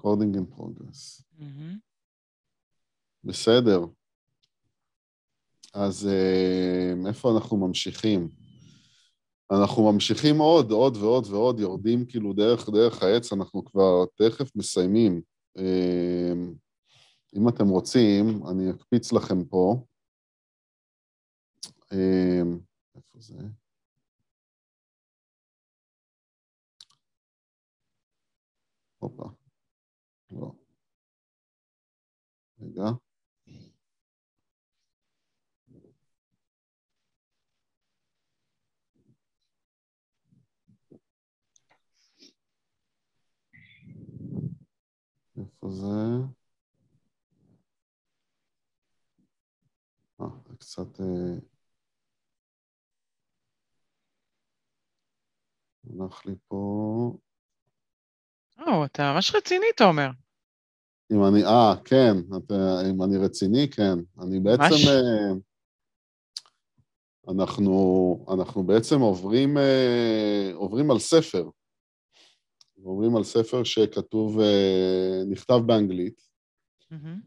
recording in progress. Mhm. בסדר. אז איפה אנחנו ממשיכים? אנחנו ממשיכים עוד ועוד ועוד, יורדים כאילו דרך העץ, אנחנו כבר תכף מסיימים. אם אתם רוצים, אני אקפיץ לכם פה. איפה זה? הופה. לא. רגע. איפה זה? זה קצת... הלך לי פה... אתה ממש רציני, תומר. אם אני... כן, אם אני רציני, כן. אני בעצם... ממש? אנחנו בעצם עוברים על ספר. עוברים על ספר שכתוב, נכתב באנגלית, Mhm.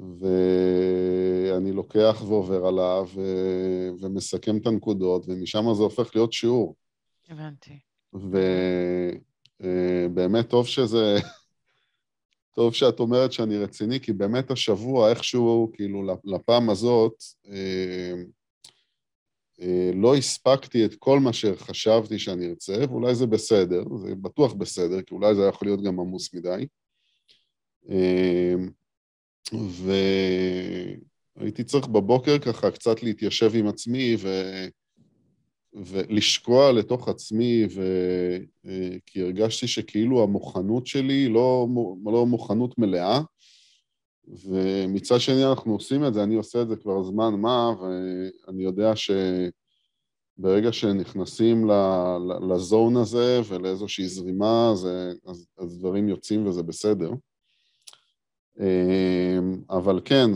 ואני לוקח ועובר עליו ומסכם את הנקודות, ומשם זה הופך להיות שיעור. הבנתי. ובאמת טוב שאת אומרת שאני רציני, כי באמת השבוע איכשהו, כאילו לפעם הזאת, לא הספקתי את כל מה שחשבתי שאני ארצה, ואולי זה בסדר, זה בטוח בסדר, כי אולי זה יכול להיות גם עמוס מדי. והייתי צריך בבוקר ככה קצת להתיישב עם עצמי ולשקוע לתוך עצמי, כי הרגשתי שכאילו המוכנות שלי לא מוכנות מלאה, ומצד שני אנחנו עושים את זה, אני עושה את זה כבר זמן מה, ואני יודע שברגע שנכנסים לזון הזה ולאיזושהי זרימה, אז דברים יוצאים וזה בסדר. אבל כן,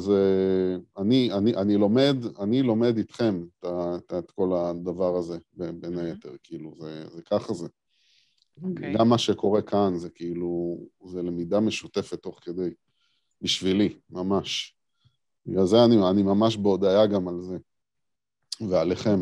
אני לומד איתכם את כל הדבר הזה, בין היתר, כאילו, זה ככה זה. גם מה שקורה כאן, זה כאילו, זה למידה משותפת תוך כדי, בשבילי, ממש. בגלל זה אני ממש בהודעה גם על זה, ועליכם.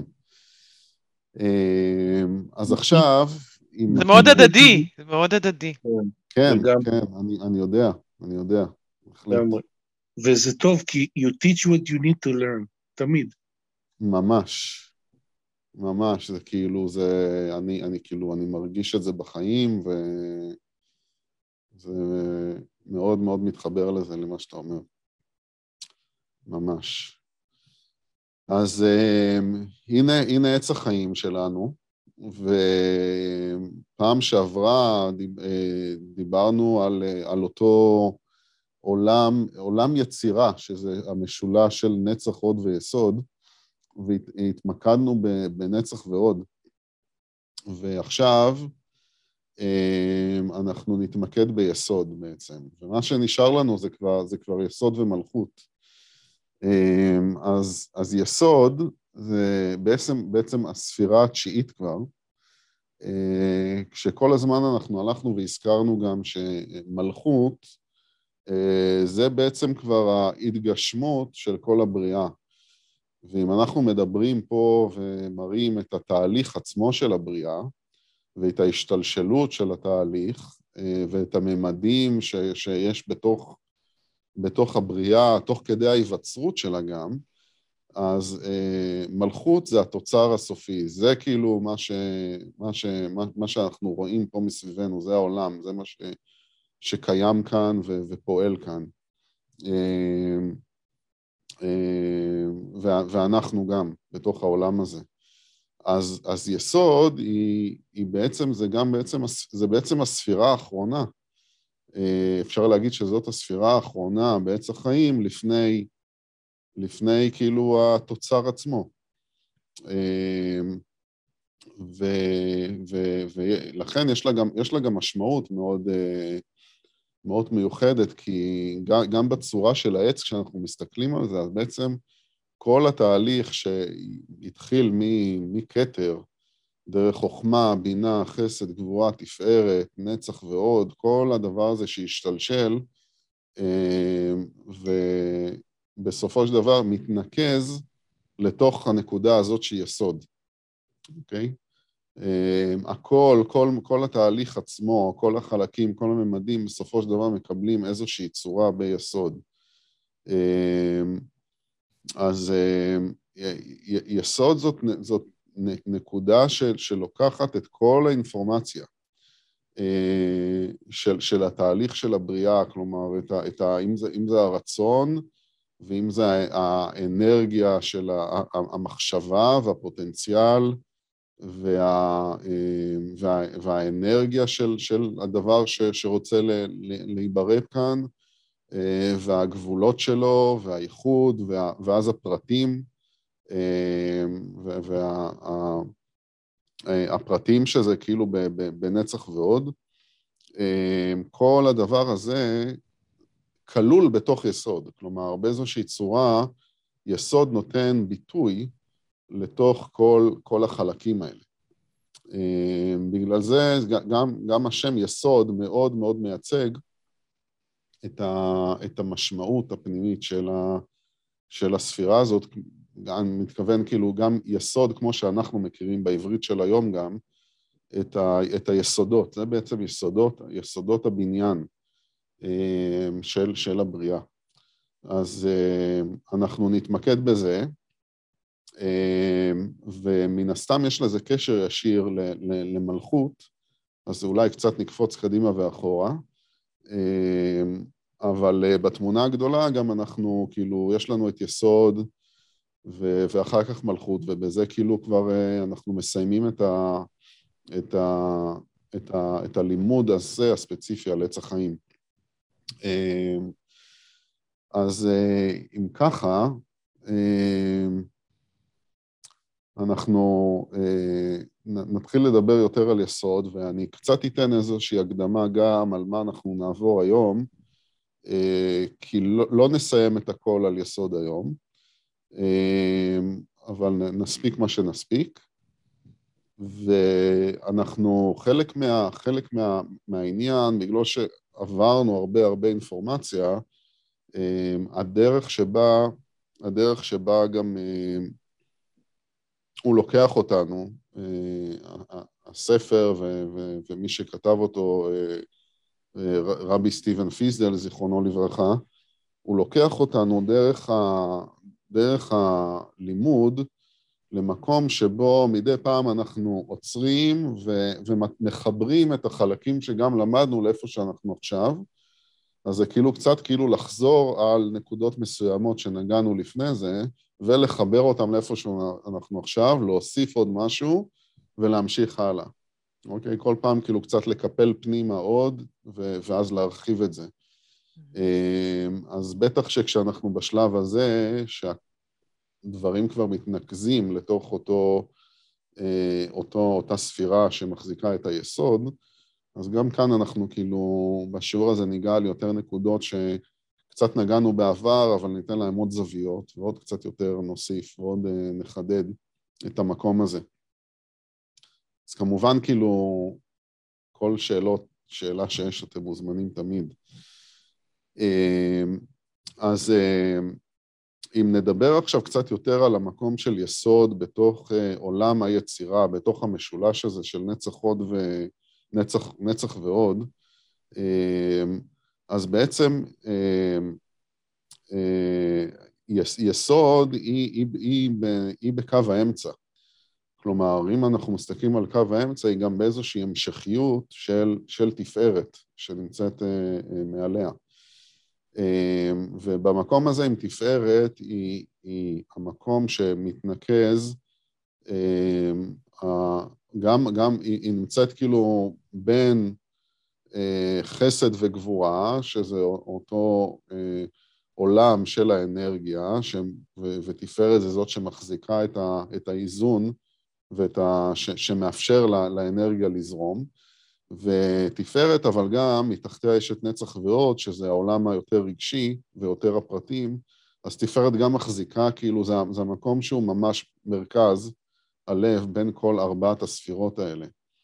אז עכשיו... זה מאוד הדדי, זה מאוד הדדי. כן, אני יודע. וזה טוב, כי you teach what you need to learn, תמיד. ממש, זה כאילו, אני מרגיש את זה בחיים, וזה מאוד מאוד מתחבר לזה, למה שאתה אומר. ממש. אז הנה עץ החיים שלנו, ופעם שעברה דיברנו על אותו עולם יצירה, שזה המשולש של נצח, הוד ויסוד, והתמקדנו בנצח ועוד. ועכשיו אנחנו נתמקד ביסוד בעצם, ומה שנשאר לנו זה כבר יסוד ומלכות. אז יסוד זה בעצם הספירה התשיעית כבר, כשכל הזמן אנחנו הלכנו והזכרנו גם שמלכות, זה בעצם כבר ההתגשמות של כל הבריאה. ואם אנחנו מדברים פה ומראים את התהליך עצמו של הבריאה, ואת ההשתלשלות של התהליך, ואת הממדים שיש בתוך הבריאה, תוך כדי ההיווצרות שלה גם, אז מלכות זה התוצר הסופי, זה כאילו מה שאנחנו רואים פה מסביבנו, זה העולם, זה מה שקיים כאן ופועל כאן. ואנחנו גם בתוך העולם הזה. אז יסוד היא בעצם, זה בעצם הספירה האחרונה. אפשר להגיד שזאת הספירה האחרונה בעץ החיים לפני כאילו התוצר עצמו. ולכן יש לה גם משמעות מאוד, מאוד מיוחדת, כי גם בצורה של העץ, כשאנחנו מסתכלים על זה, אז בעצם כל התהליך שהתחיל מכתר דרך חוכמה, בינה, חסד, גבורה, תפארת, נצח ועוד, כל הדבר הזה שהשתלשל, ובסופו של דבר מתנקז לתוך הנקודה הזאת שהיא יסוד, אוקיי? הכל, כל התהליך עצמו, כל החלקים, כל הממדים, בסופו של דבר מקבלים איזושהי צורה ביסוד. אז יסוד זאת נקודה שלוקחת את כל האינפורמציה של התהליך של הבריאה, כלומר, אם זה הרצון, ואם זה האנרגיה של המחשבה והפוטנציאל, והאנרגיה של הדבר שרוצה להיברא כאן, והגבולות שלו, והייחוד, ואז הפרטים, והפרטים שזה כאילו בנצח ועוד. כל הדבר הזה כלול בתוך יסוד, כלומר, באיזושהי צורה, יסוד נותן ביטוי לתוך כל החלקים האלה. בגלל זה גם השם יסוד מאוד מאוד מייצג את המשמעות הפנימית של הספירה הזאת. אני מתכוון כאילו גם יסוד, כמו שאנחנו מכירים בעברית של היום גם, את היסודות. זה בעצם יסודות הבניין של הבריאה. אז אנחנו נתמקד בזה, ומן הסתם יש לזה קשר ישיר למלכות, אז אולי קצת נקפוץ קדימה ואחורה, אבל בתמונה הגדולה גם אנחנו, כאילו, יש לנו את יסוד, ואחר כך מלכות, ובזה כאילו כבר אנחנו מסיימים את הלימוד הזה הספציפי על עץ החיים. אז אם ככה, אנחנו נתחיל לדבר יותר על יסוד, ואני קצת אתן איזושהי הקדמה גם על מה אנחנו נעבור היום, כי לא נסיים את הכל על יסוד היום, אבל נספיק מה שנספיק, ואנחנו חלק מהעניין, בגלל שעברנו הרבה אינפורמציה, הדרך שבה גם הוא לוקח אותנו, הספר ומי שכתב אותו, רבי סטיבן פיסדל, זיכרונו לברכה, הוא לוקח אותנו דרך הלימוד למקום שבו מדי פעם אנחנו עוצרים ומחברים את החלקים שגם למדנו לאיפה שאנחנו עכשיו, אז זה קצת לחזור על נקודות מסוימות שנגענו לפני זה, ולחבר אותם לאיפה שאנחנו עכשיו, להוסיף עוד משהו ולהמשיך הלאה. אוקיי? כל פעם קצת לקפל פנימה עוד, ואז להרחיב את זה. אז בטח שכשאנחנו בשלב הזה, שהדברים כבר מתנקזים לתוך אותה ספירה שמחזיקה את היסוד, אז גם כאן אנחנו בשיעור הזה ניגע על יותר נקודות שקצת נגענו בעבר, אבל ניתן להם עוד זוויות, ועוד קצת יותר נוסיף, ועוד נחדד את המקום הזה. אז כמובן כל שאלה שיש, אתם מוזמנים תמיד. אז אם נדבר עכשיו קצת יותר על המקום של יסוד בתוך עולם היצירה, בתוך המשולש הזה של נצח ועוד, אז בעצם יסוד היא בקו האמצע. כלומר, אם אנחנו מסתכלים על קו האמצע, היא גם באיזושהי המשכיות של תפארת שנמצאת מעליה. ובמקום הזה עם תפארת היא המקום שמתנקז, גם היא נמצאת בין חסד וגבורה, שזה אותו עולם של האנרגיה, ותפארת זה זאת שמחזיקה את האיזון, שמאפשר לאנרגיה לזרום, ותפארת, אבל גם מתחתיה יש את נצח ועוד, שזה העולם היותר רגשי ויותר הפרטים, אז תפארת גם מחזיקה, זה המקום שהוא ממש מרכז הלב בין כל ארבעת הספירות האלה.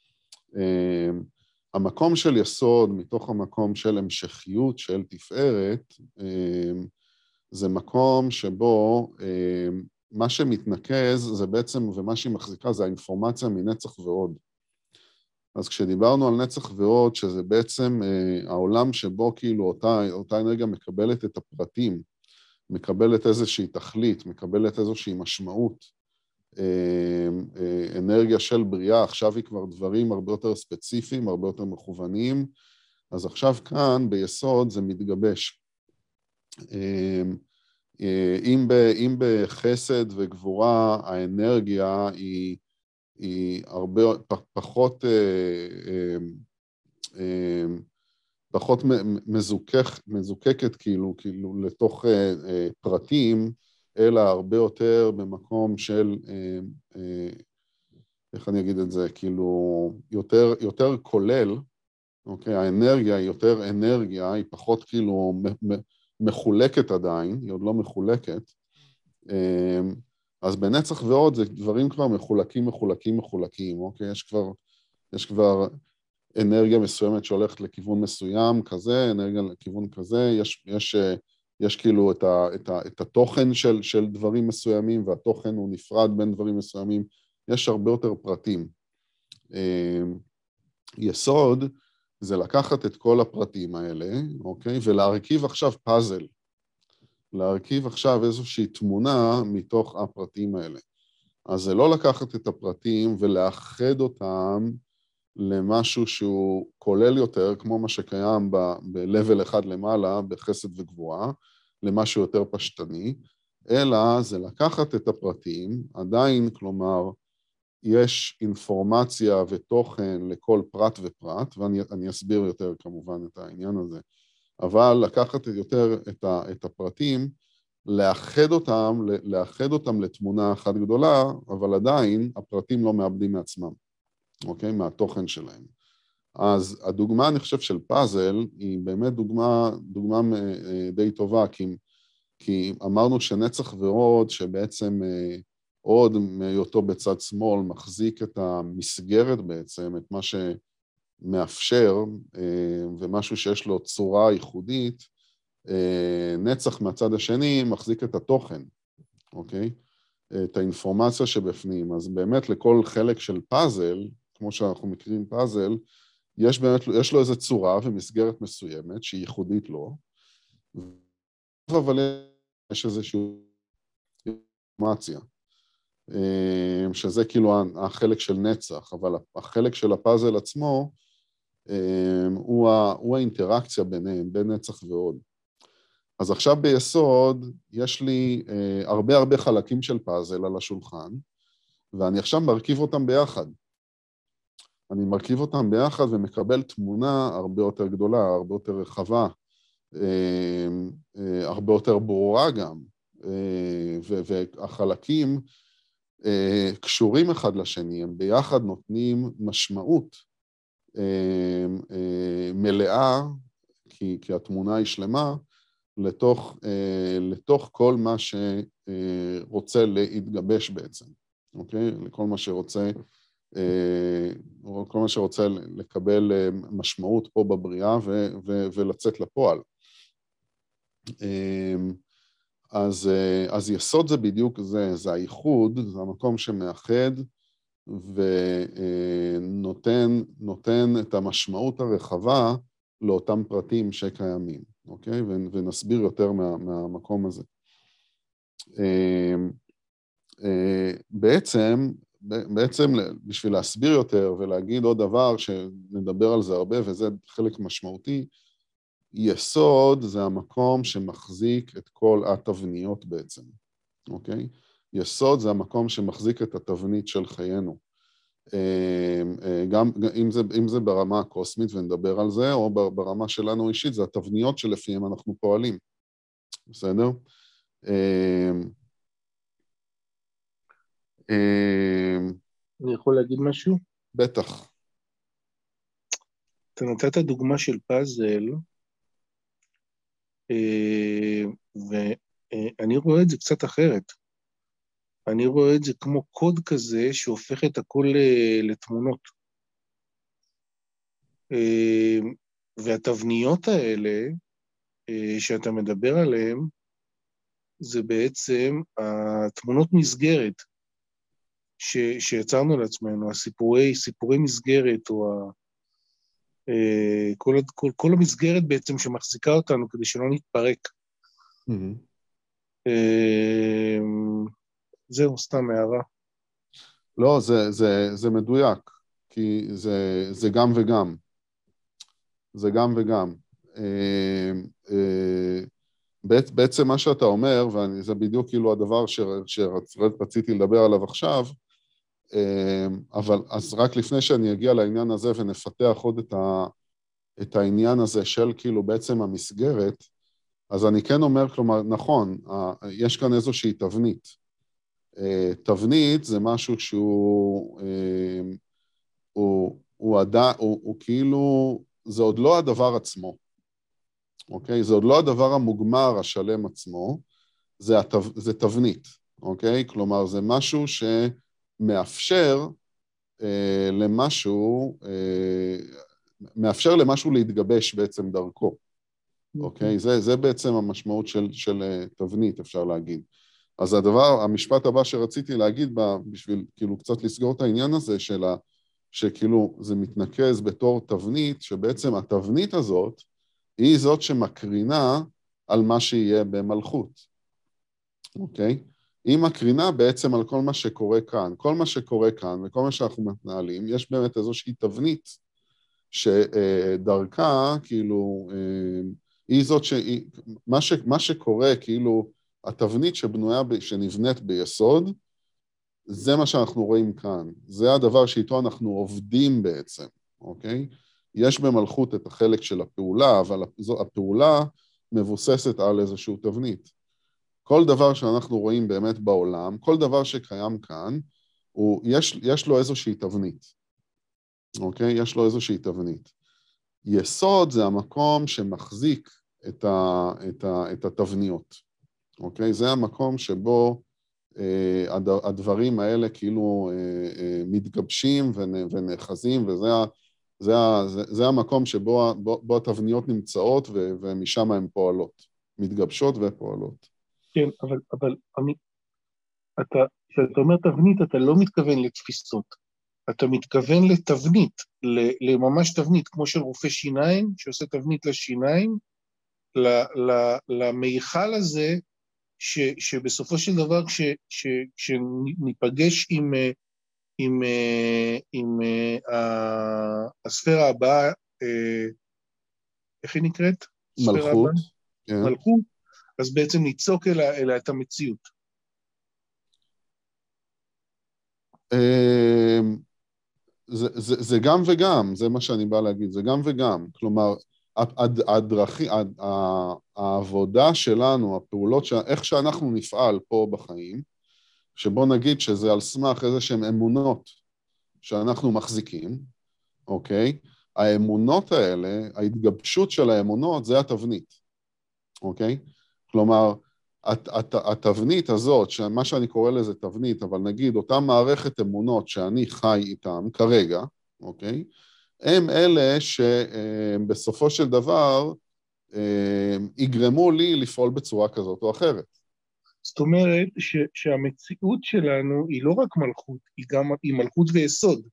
המקום של יסוד, מתוך המקום של המשכיות, של תפארת, זה מקום שבו מה שמתנקז זה בעצם, ומה שהיא מחזיקה זה האינפורמציה מנצח ועוד. אז כשדיברנו על נצח ועוד, שזה בעצם העולם שבו כאילו אותה אנרגיה מקבלת את הפרטים, מקבלת איזושהי תכלית, מקבלת איזושהי משמעות, אנרגיה של בריאה, עכשיו היא כבר דברים הרבה יותר ספציפיים, הרבה יותר מכוונים, אז עכשיו כאן ביסוד זה מתגבש. אם בחסד וגבורה האנרגיה היא הרבה פחות מזוקקת כאילו לתוך פרטים, אלא הרבה יותר במקום של, איך אני אגיד את זה, כאילו יותר כולל, אוקיי? האנרגיה היא יותר אנרגיה, היא פחות כאילו מחולקת עדיין, היא עוד לא מחולקת, אז בנצח ועוד זה דברים כבר מחולקים, אוקיי? יש כבר אנרגיה מסוימת שהולכת לכיוון מסוים כזה, אנרגיה לכיוון כזה, יש כאילו את התוכן של דברים מסוימים, והתוכן הוא נפרד בין דברים מסוימים, יש הרבה יותר פרטים. יסוד זה לקחת את כל הפרטים האלה, אוקיי? ולהרכיב עכשיו פאזל, להרכיב עכשיו איזושהי תמונה מתוך הפרטים האלה. אז זה לא לקחת את הפרטים ולאחד אותם למשהו שהוא כולל יותר, כמו מה שקיים ב-level אחד למעלה, בחסד וגבורה, למשהו יותר פשטני, אלא זה לקחת את הפרטים, עדיין, כלומר, יש אינפורמציה ותוכן לכל פרט ופרט, ואני אסביר יותר כמובן את העניין הזה, אבל לקחת יותר את הפרטים, לאחד אותם לתמונה אחת גדולה, אבל עדיין הפרטים לא מאבדים מעצמם, אוקיי? מהתוכן שלהם. אז הדוגמה, אני חושב, של פאזל, היא באמת דוגמה די טובה, כי אמרנו שנצח ועוד, שבעצם עוד מאותו בצד שמאל, מחזיק את המסגרת בעצם, את מה שמאפשר, ומשהו שיש לו צורה ייחודית, נצח מהצד השני מחזיק את התוכן, אוקיי? את האינפורמציה שבפנים. אז באמת לכל חלק של פאזל, כמו שאנחנו מכירים פאזל, יש לו איזו צורה ומסגרת מסוימת שהיא ייחודית לו, אבל יש איזושהי אינפורמציה, שזה כאילו החלק של נצח, אבל החלק של הפאזל עצמו הוא האינטראקציה ביניהם, בין נצח ועוד. אז עכשיו ביסוד יש לי הרבה חלקים של פאזל על השולחן, ואני עכשיו מרכיב אותם ביחד. אני מרכיב אותם ביחד ומקבל תמונה הרבה יותר גדולה, הרבה יותר רחבה, הרבה יותר ברורה גם, והחלקים קשורים אחד לשני, הם ביחד נותנים משמעות מלאה, כי התמונה היא שלמה, לתוך כל מה שרוצה להתגבש בעצם, אוקיי? לכל מה שרוצה לקבל משמעות פה בבריאה ולצאת לפועל. אז יסוד זה בדיוק זה הייחוד, זה המקום שמאחד ונותן את המשמעות הרחבה לאותם פרטים שקיימים, אוקיי? ונסביר יותר מהמקום הזה. בעצם בשביל להסביר יותר ולהגיד עוד דבר שנדבר על זה הרבה, וזה חלק משמעותי, יסוד זה המקום שמחזיק את כל התבניות בעצם, אוקיי? יסוד זה המקום שמחזיק את התבנית של חיינו. גם אם זה ברמה הקוסמית ונדבר על זה, או ברמה שלנו אישית, זה התבניות שלפיהם אנחנו פועלים. בסדר? אני יכול להגיד משהו? בטח. אתה נתת דוגמה של פאזל, ואני רואה את זה קצת אחרת. אני רואה את זה כמו קוד כזה שהופך את הכל לתמונות. והתבניות האלה שאתה מדבר עליהן, זה בעצם התמונות מסגרת שיצרנו לעצמנו, סיפורי מסגרת, או כל המסגרת בעצם שמחזיקה אותנו כדי שלא נתפרק. זהו, סתם הערה. לא, זה מדויק, כי זה גם וגם. זה גם וגם. בעצם מה שאתה אומר, וזה בדיוק כאילו הדבר שרציתי לדבר עליו עכשיו, אבל אז רק לפני שאני אגיע לעניין הזה ונפתח עוד את העניין הזה של כאילו בעצם המסגרת, אז אני כן אומר, כלומר, נכון, יש כאן איזושהי תבנית. תבנית זה משהו שהוא הוא כאילו, זה עוד לא הדבר עצמו, אוקיי? זה עוד לא הדבר המוגמר השלם עצמו, זה תבנית, אוקיי? כלומר, זה משהו שמאפשר למשהו להתגבש בעצם דרכו, אוקיי? זה בעצם המשמעות של תבנית, אפשר להגיד. אז המשפט הבא שרציתי להגיד בשביל כאילו קצת לסגור את העניין הזה שכאילו זה מתנקז בתור תבנית, שבעצם התבנית הזאת היא זאת שמקרינה על מה שיהיה במלכות, אוקיי? היא מקרינה בעצם על כל מה שקורה כאן. כל מה שקורה כאן וכל מה שאנחנו מתנהלים, יש באמת איזושהי תבנית שדרכה, כאילו, היא זאת מה שקורה, כאילו, התבנית שנבנית ביסוד, זה מה שאנחנו רואים כאן. זה הדבר שאיתו אנחנו עובדים בעצם, אוקיי? יש במלכות את החלק של הפעולה, אבל הפעולה מבוססת על איזושהי תבנית. כל דבר שאנחנו רואים באמת בעולם, כל דבר שקיים כאן, יש לו איזושהי תבנית, אוקיי? יש לו איזושהי תבנית. יסוד זה המקום שמחזיק את התבניות, אוקיי? זה המקום שבו הדברים האלה כאילו מתגבשים ונאחזים, וזה המקום שבו התבניות נמצאות, ומשם הן פועלות, מתגבשות ופועלות. כן, אבל כשאתה אומר תבנית, אתה לא מתכוון לתפיסות, אתה מתכוון לתבנית, לממש תבנית, כמו של רופא שיניים, שעושה תבנית לשיניים, למיכל הזה, שבסופו של דבר, כשניפגש עם הספירה הבאה, איך היא נקראת? מלכות. מלכות, אז בעצם ניצוק אליה את המציאות. זה גם וגם, זה מה שאני בא להגיד, זה גם וגם. כלומר, העבודה שלנו, הפעולות, איך שאנחנו נפעל פה בחיים, שבוא נגיד שזה על סמך איזה שהן אמונות שאנחנו מחזיקים, אוקיי? האמונות האלה, ההתגבשות של האמונות, זה התבנית, אוקיי? כלומר, התבנית הזאת, מה שאני קורא לזה תבנית, אבל נגיד אותה מערכת אמונות שאני חי איתם כרגע, אוקיי? הם אלה שבסופו של דבר יגרמו לי לפעול בצורה כזאת או אחרת. זאת אומרת שהמציאות שלנו היא לא רק מלכות, היא מלכות ויסוד.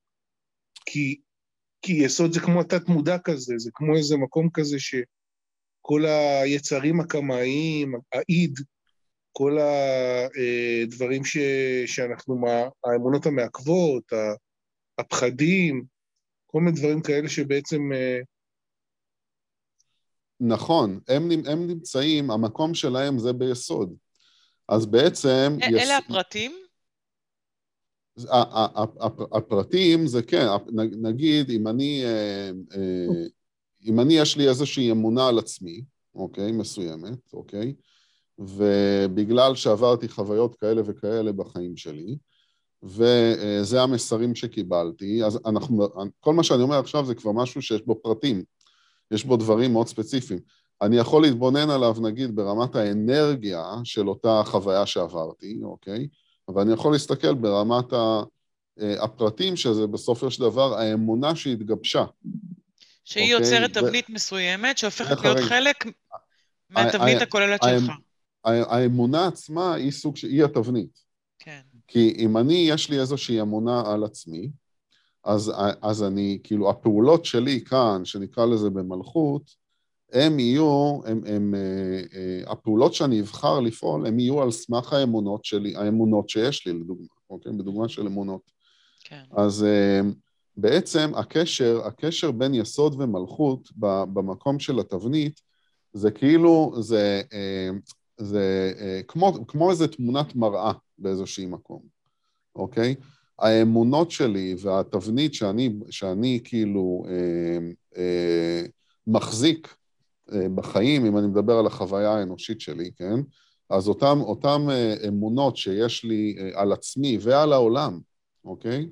כי יסוד זה כמו תת מודע כזה, זה כמו איזה מקום כזה שכל היצרים הקמאיים, העיד, כל הדברים שאנחנו, האמונות המעכבות, הפחדים, כל מיני דברים כאלה שבעצם... נכון, הם נמצאים, המקום שלהם זה ביסוד. אז בעצם... אלה הפרטים? הפרטים זה כן, נגיד, אם אני יש לי איזושהי אמונה על עצמי, אוקיי, מסוימת, אוקיי, ובגלל שעברתי חוויות כאלה וכאלה בחיים שלי, וזה המסרים שקיבלתי, אז כל מה שאני אומר עכשיו זה כבר משהו שיש בו פרטים, יש בו דברים מאוד ספציפיים. אני יכול להתבונן עליו, נגיד, ברמת האנרגיה של אותה חוויה שעברתי, אוקיי? אבל אני יכול להסתכל ברמת הפרטים, שזה בסופו של דבר האמונה שהתגבשה. שהיא אוקיי? יוצרת תבנית מסוימת, שהופכת דרך להיות הרגע, חלק מהתבנית הכוללת שלך. האמונה עצמה היא סוג היא התבנית. כן. כי אם יש לי איזושהי אמונה על עצמי, אז אני, כאילו, הפעולות שלי כאן, שנקרא לזה במלכות, הם יהיו, הפעולות שאני אבחר לפעול, הם יהיו על סמך האמונות שלי, האמונות שיש לי, לדוגמה, אוקיי? בדוגמה של אמונות. כן. אז בעצם הקשר בין יסוד ומלכות במקום של התבנית, זה כאילו, זה כמו איזו תמונת מראה באיזושהי מקום, אוקיי? האמונות שלי והתבנית שאני כאילו מחזיק בחיים, אם אני מדבר על החוויה האנושית שלי, כן? אז אותם אמונות שיש לי על עצמי ועל העולם, אוקיי?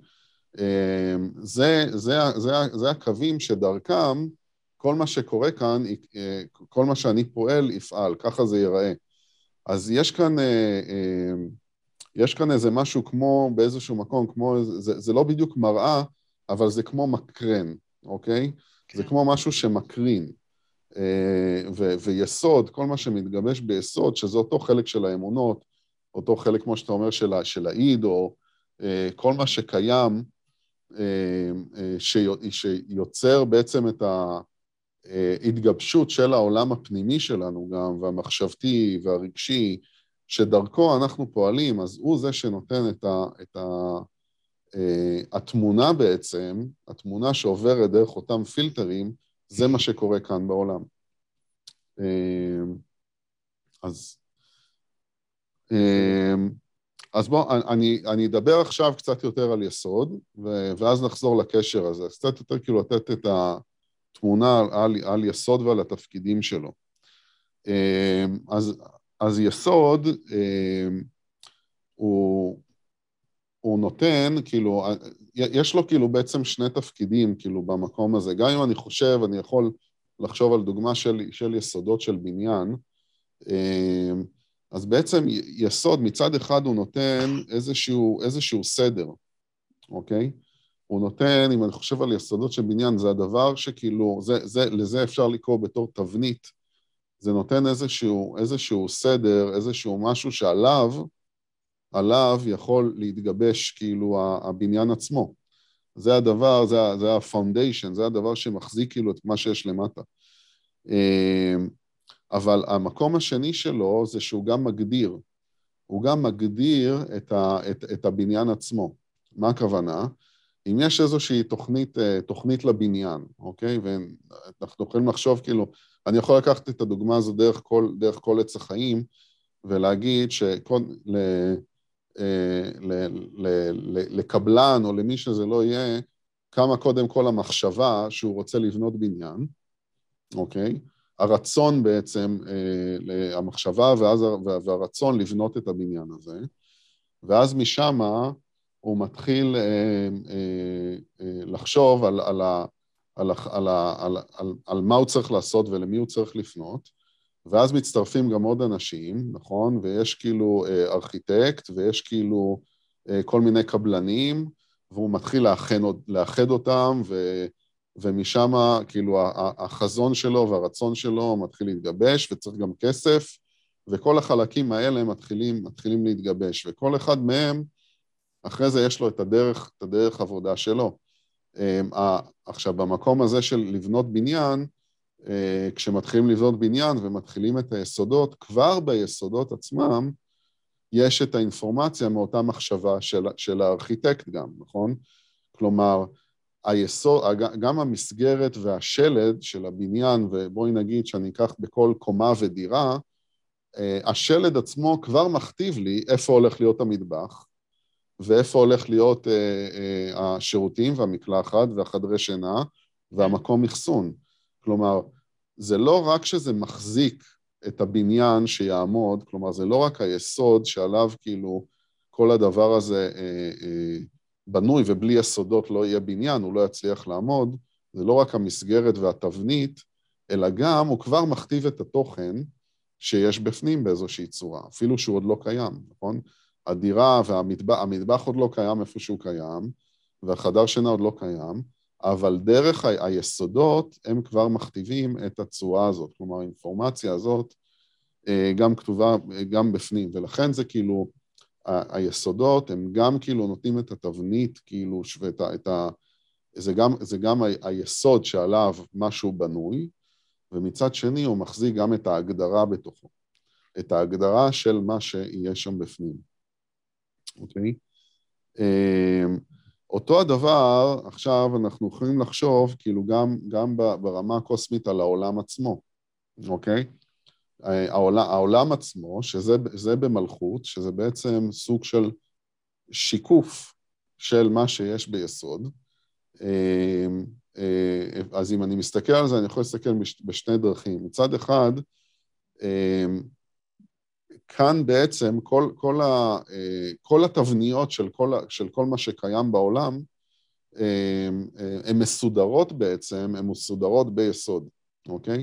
זה הקווים שדרכם, כל מה שקורה כאן, כל מה שאני פועל יפעל, ככה זה ייראה. אז יש כאן איזה משהו כמו באיזשהו מקום, זה לא בדיוק מראה, אבל זה כמו מקרן, אוקיי? כן. זה כמו משהו שמקרין. ויסוד, כל מה שמתגבש ביסוד, שזה אותו חלק של האמונות, אותו חלק, כמו שאתה אומר, של העיד, או כל מה שקיים, שיוצר בעצם את ההתגבשות של העולם הפנימי שלנו גם, והמחשבתי והרגשי, שדרכו אנחנו פועלים, אז הוא זה שנותן התמונה בעצם, התמונה שעוברת דרך אותם פילטרים, זה מה שקורה כאן בעולם. אז בוא, אני אדבר עכשיו קצת יותר על יסוד, ואז נחזור לקשר הזה. אז קצת יותר כאילו לתת את התמונה על יסוד ועל התפקידים שלו. אז יסוד, הוא נותן, כאילו, יש לו כאילו בעצם שני תפקידים, כאילו, במקום הזה. גם אם אני חושב, אני יכול לחשוב על דוגמה של יסודות של בניין, אז בעצם יסוד, מצד אחד הוא נותן איזשהו סדר, אוקיי? הוא נותן, אם אני חושב על יסודות של בניין, זה הדבר שכאילו, לזה אפשר לקרוא בתור תבנית, זה נותן איזשהו סדר, איזשהו משהו עליו יכול להתגבש כאילו הבניין עצמו. זה הדבר, זה הפאונדיישן, זה הדבר שמחזיק כאילו את מה שיש למטה. אבל המקום השני שלו זה שהוא גם מגדיר. הוא גם מגדיר את הבניין עצמו. מה הכוונה? אם יש איזושהי תוכנית לבניין, אוקיי? ואנחנו יכולים לחשוב כאילו, אני יכול לקחת את הדוגמה הזו דרך כל עץ החיים, ולהגיד לקבלן או למי שזה לא יהיה, כמה קודם כל המחשבה שהוא רוצה לבנות בניין, אוקיי? הרצון בעצם, המחשבה והרצון לבנות את הבניין הזה, ואז משם הוא מתחיל לחשוב על מה הוא צריך לעשות ולמי הוא צריך לפנות, ואז מצטרפים גם עוד אנשים, נכון? ויש כאילו ארכיטקט, ויש כאילו כל מיני קבלנים, והוא מתחיל לאחד אותם, ומשם כאילו החזון שלו והרצון שלו מתחיל להתגבש, וצריך גם כסף, וכל החלקים האלה מתחילים להתגבש, וכל אחד מהם, אחרי זה יש לו את הדרך עבודה שלו. עכשיו, במקום הזה של לבנות בניין, כשמתחילים לבנות בניין ומתחילים את היסודות, כבר ביסודות עצמם יש את האינפורמציה מאותה מחשבה של הארכיטקט גם, נכון? כלומר, גם המסגרת והשלד של הבניין, ובואי נגיד שאני אקח בכל קומה ודירה, השלד עצמו כבר מכתיב לי איפה הולך להיות המטבח, ואיפה הולך להיות השירותים והמקלחת והחדרי שינה והמקום מחסון. כלומר, זה לא רק שזה מחזיק את הבניין שיעמוד, כלומר, זה לא רק היסוד שעליו כאילו כל הדבר הזה בנוי, ובלי יסודות לא יהיה בניין, הוא לא יצליח לעמוד, זה לא רק המסגרת והתבנית, אלא גם הוא כבר מכתיב את התוכן שיש בפנים באיזושהי צורה, אפילו שהוא עוד לא קיים, נכון? הדירה והמטבח עוד לא קיים איפה שהוא קיים, והחדר שינה עוד לא קיים, אבל דרך היסודות הם כבר מכתיבים את הצורה הזאת, כלומר האינפורמציה הזאת גם כתובה גם בפנים, ולכן זה כאילו, היסודות הם גם כאילו נותנים את התבנית, כאילו, זה גם היסוד שעליו משהו בנוי, ומצד שני הוא מחזיק גם את ההגדרה בתוכו, את ההגדרה של מה שיהיה שם בפנים. אוקיי? אותו הדבר, עכשיו אנחנו יכולים לחשוב, כאילו גם ברמה הקוסמית על העולם עצמו, אוקיי? העולם עצמו, שזה במלכות, שזה בעצם סוג של שיקוף של מה שיש ביסוד, אז אם אני מסתכל על זה, אני יכול להסתכל בשני דרכים. מצד אחד, כאן בעצם כל התבניות של כל מה שקיים בעולם, הן מסודרות בעצם, הן מסודרות ביסוד, אוקיי?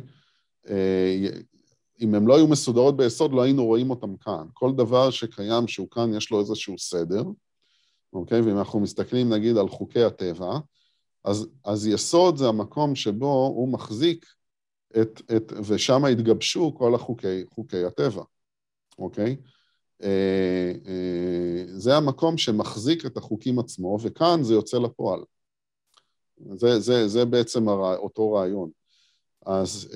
אם הן לא היו מסודרות ביסוד, לא היינו רואים אותם כאן. כל דבר שקיים שהוא כאן, יש לו איזשהו סדר, אוקיי? ואם אנחנו מסתכלים נגיד על חוקי הטבע, אז יסוד זה המקום שבו הוא מחזיק ושם התגבשו כל חוקי הטבע, אוקיי? זה המקום שמחזיק את החוקים עצמו, וכאן זה יוצא לפועל. זה בעצם אותו רעיון. אז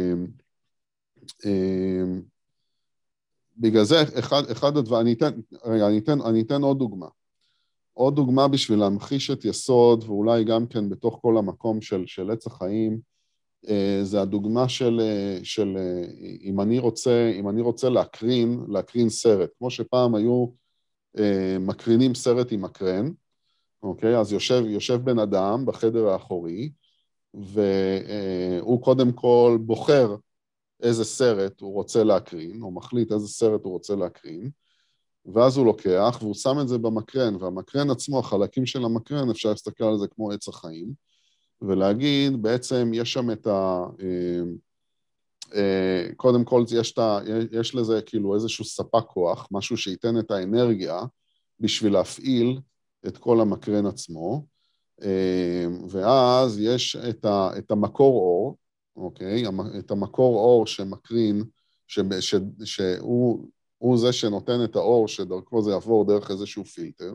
בגלל זה אחד הדברים, אני אתן עוד דוגמה. עוד דוגמה בשביל להמחיש את יסוד, ואולי גם כן בתוך כל המקום של עץ החיים, זה הדוגמה של אם אני רוצה להקרין סרט, כמו שפעם היו מקרינים סרט עם מקרן, אוקיי? אז יושב בן אדם בחדר האחורי, והוא קודם כל בוחר איזה סרט הוא רוצה להקרין, או מחליט איזה סרט הוא רוצה להקרין, ואז הוא לוקח והוא שם את זה במקרן, והמקרן עצמו, החלקים של המקרן, אפשר להסתכל על זה כמו עץ החיים, ולהגיד, בעצם יש שם את קודם כל יש לזה כאילו איזשהו ספק כוח, משהו שייתן את האנרגיה בשביל להפעיל את כל המקרן עצמו, ואז יש את המקור אור, אוקיי? את המקור אור שמקרין, שהוא זה שנותן את האור, שדרכו זה יעבור דרך איזשהו פילטר,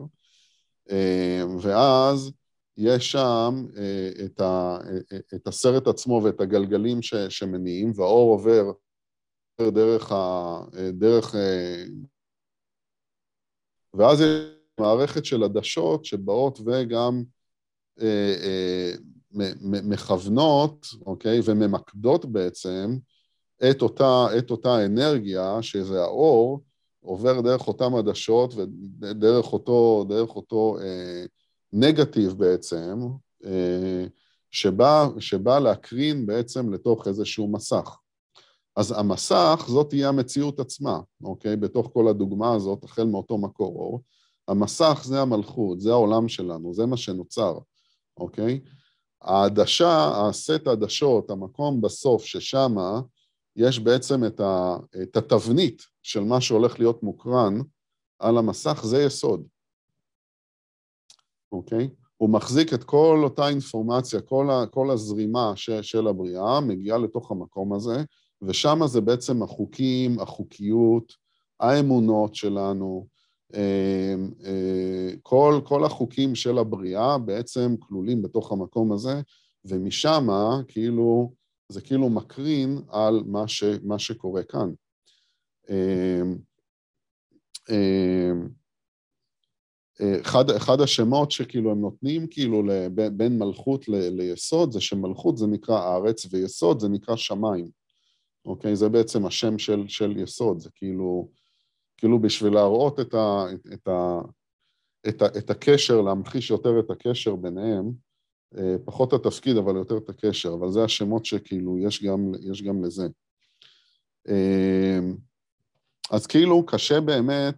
ואז יש שם את הסרט עצמו ואת הגלגלים שמניעים, והאור עובר דרך ואז יש מערכת של עדשות שבאות וגם מכוונות, אוקיי, וממקדות בעצם את אותה אנרגיה, שזה האור, עובר דרך אותם עדשות ודרך אותו נגטיב בעצם, שבא להקרין בעצם לתוך איזשהו מסך. אז המסך, זאת תהיה המציאות עצמה, אוקיי? בתוך כל הדוגמה הזאת, החל מאותו מקור אור, המסך זה המלכות, זה העולם שלנו, זה מה שנוצר, אוקיי? העדשה, הסט העדשות, המקום בסוף ששמה, יש בעצם את התבנית של מה שהולך להיות מוקרן על המסך, זה יסוד. אוקיי? הוא מחזיק את כל אותה אינפורמציה, כל הזרימה של הבריאה, מגיעה לתוך המקום הזה, ושם זה בעצם החוקים, החוקיות, האמונות שלנו, כל החוקים של הבריאה בעצם כלולים בתוך המקום הזה, ומשם כאילו, זה כאילו מקרין על מה שקורה כאן. אחד השמות שכאילו הם נותנים כאילו בין מלכות ליסוד, זה שמלכות זה נקרא הארץ, ויסוד זה נקרא שמיים. אוקיי? זה בעצם השם של יסוד, זה כאילו בשביל להראות את הקשר, להמחיש יותר את הקשר ביניהם, פחות התפקיד, אבל יותר את הקשר, אבל זה השמות שכאילו יש גם לזה. אז כאילו קשה באמת,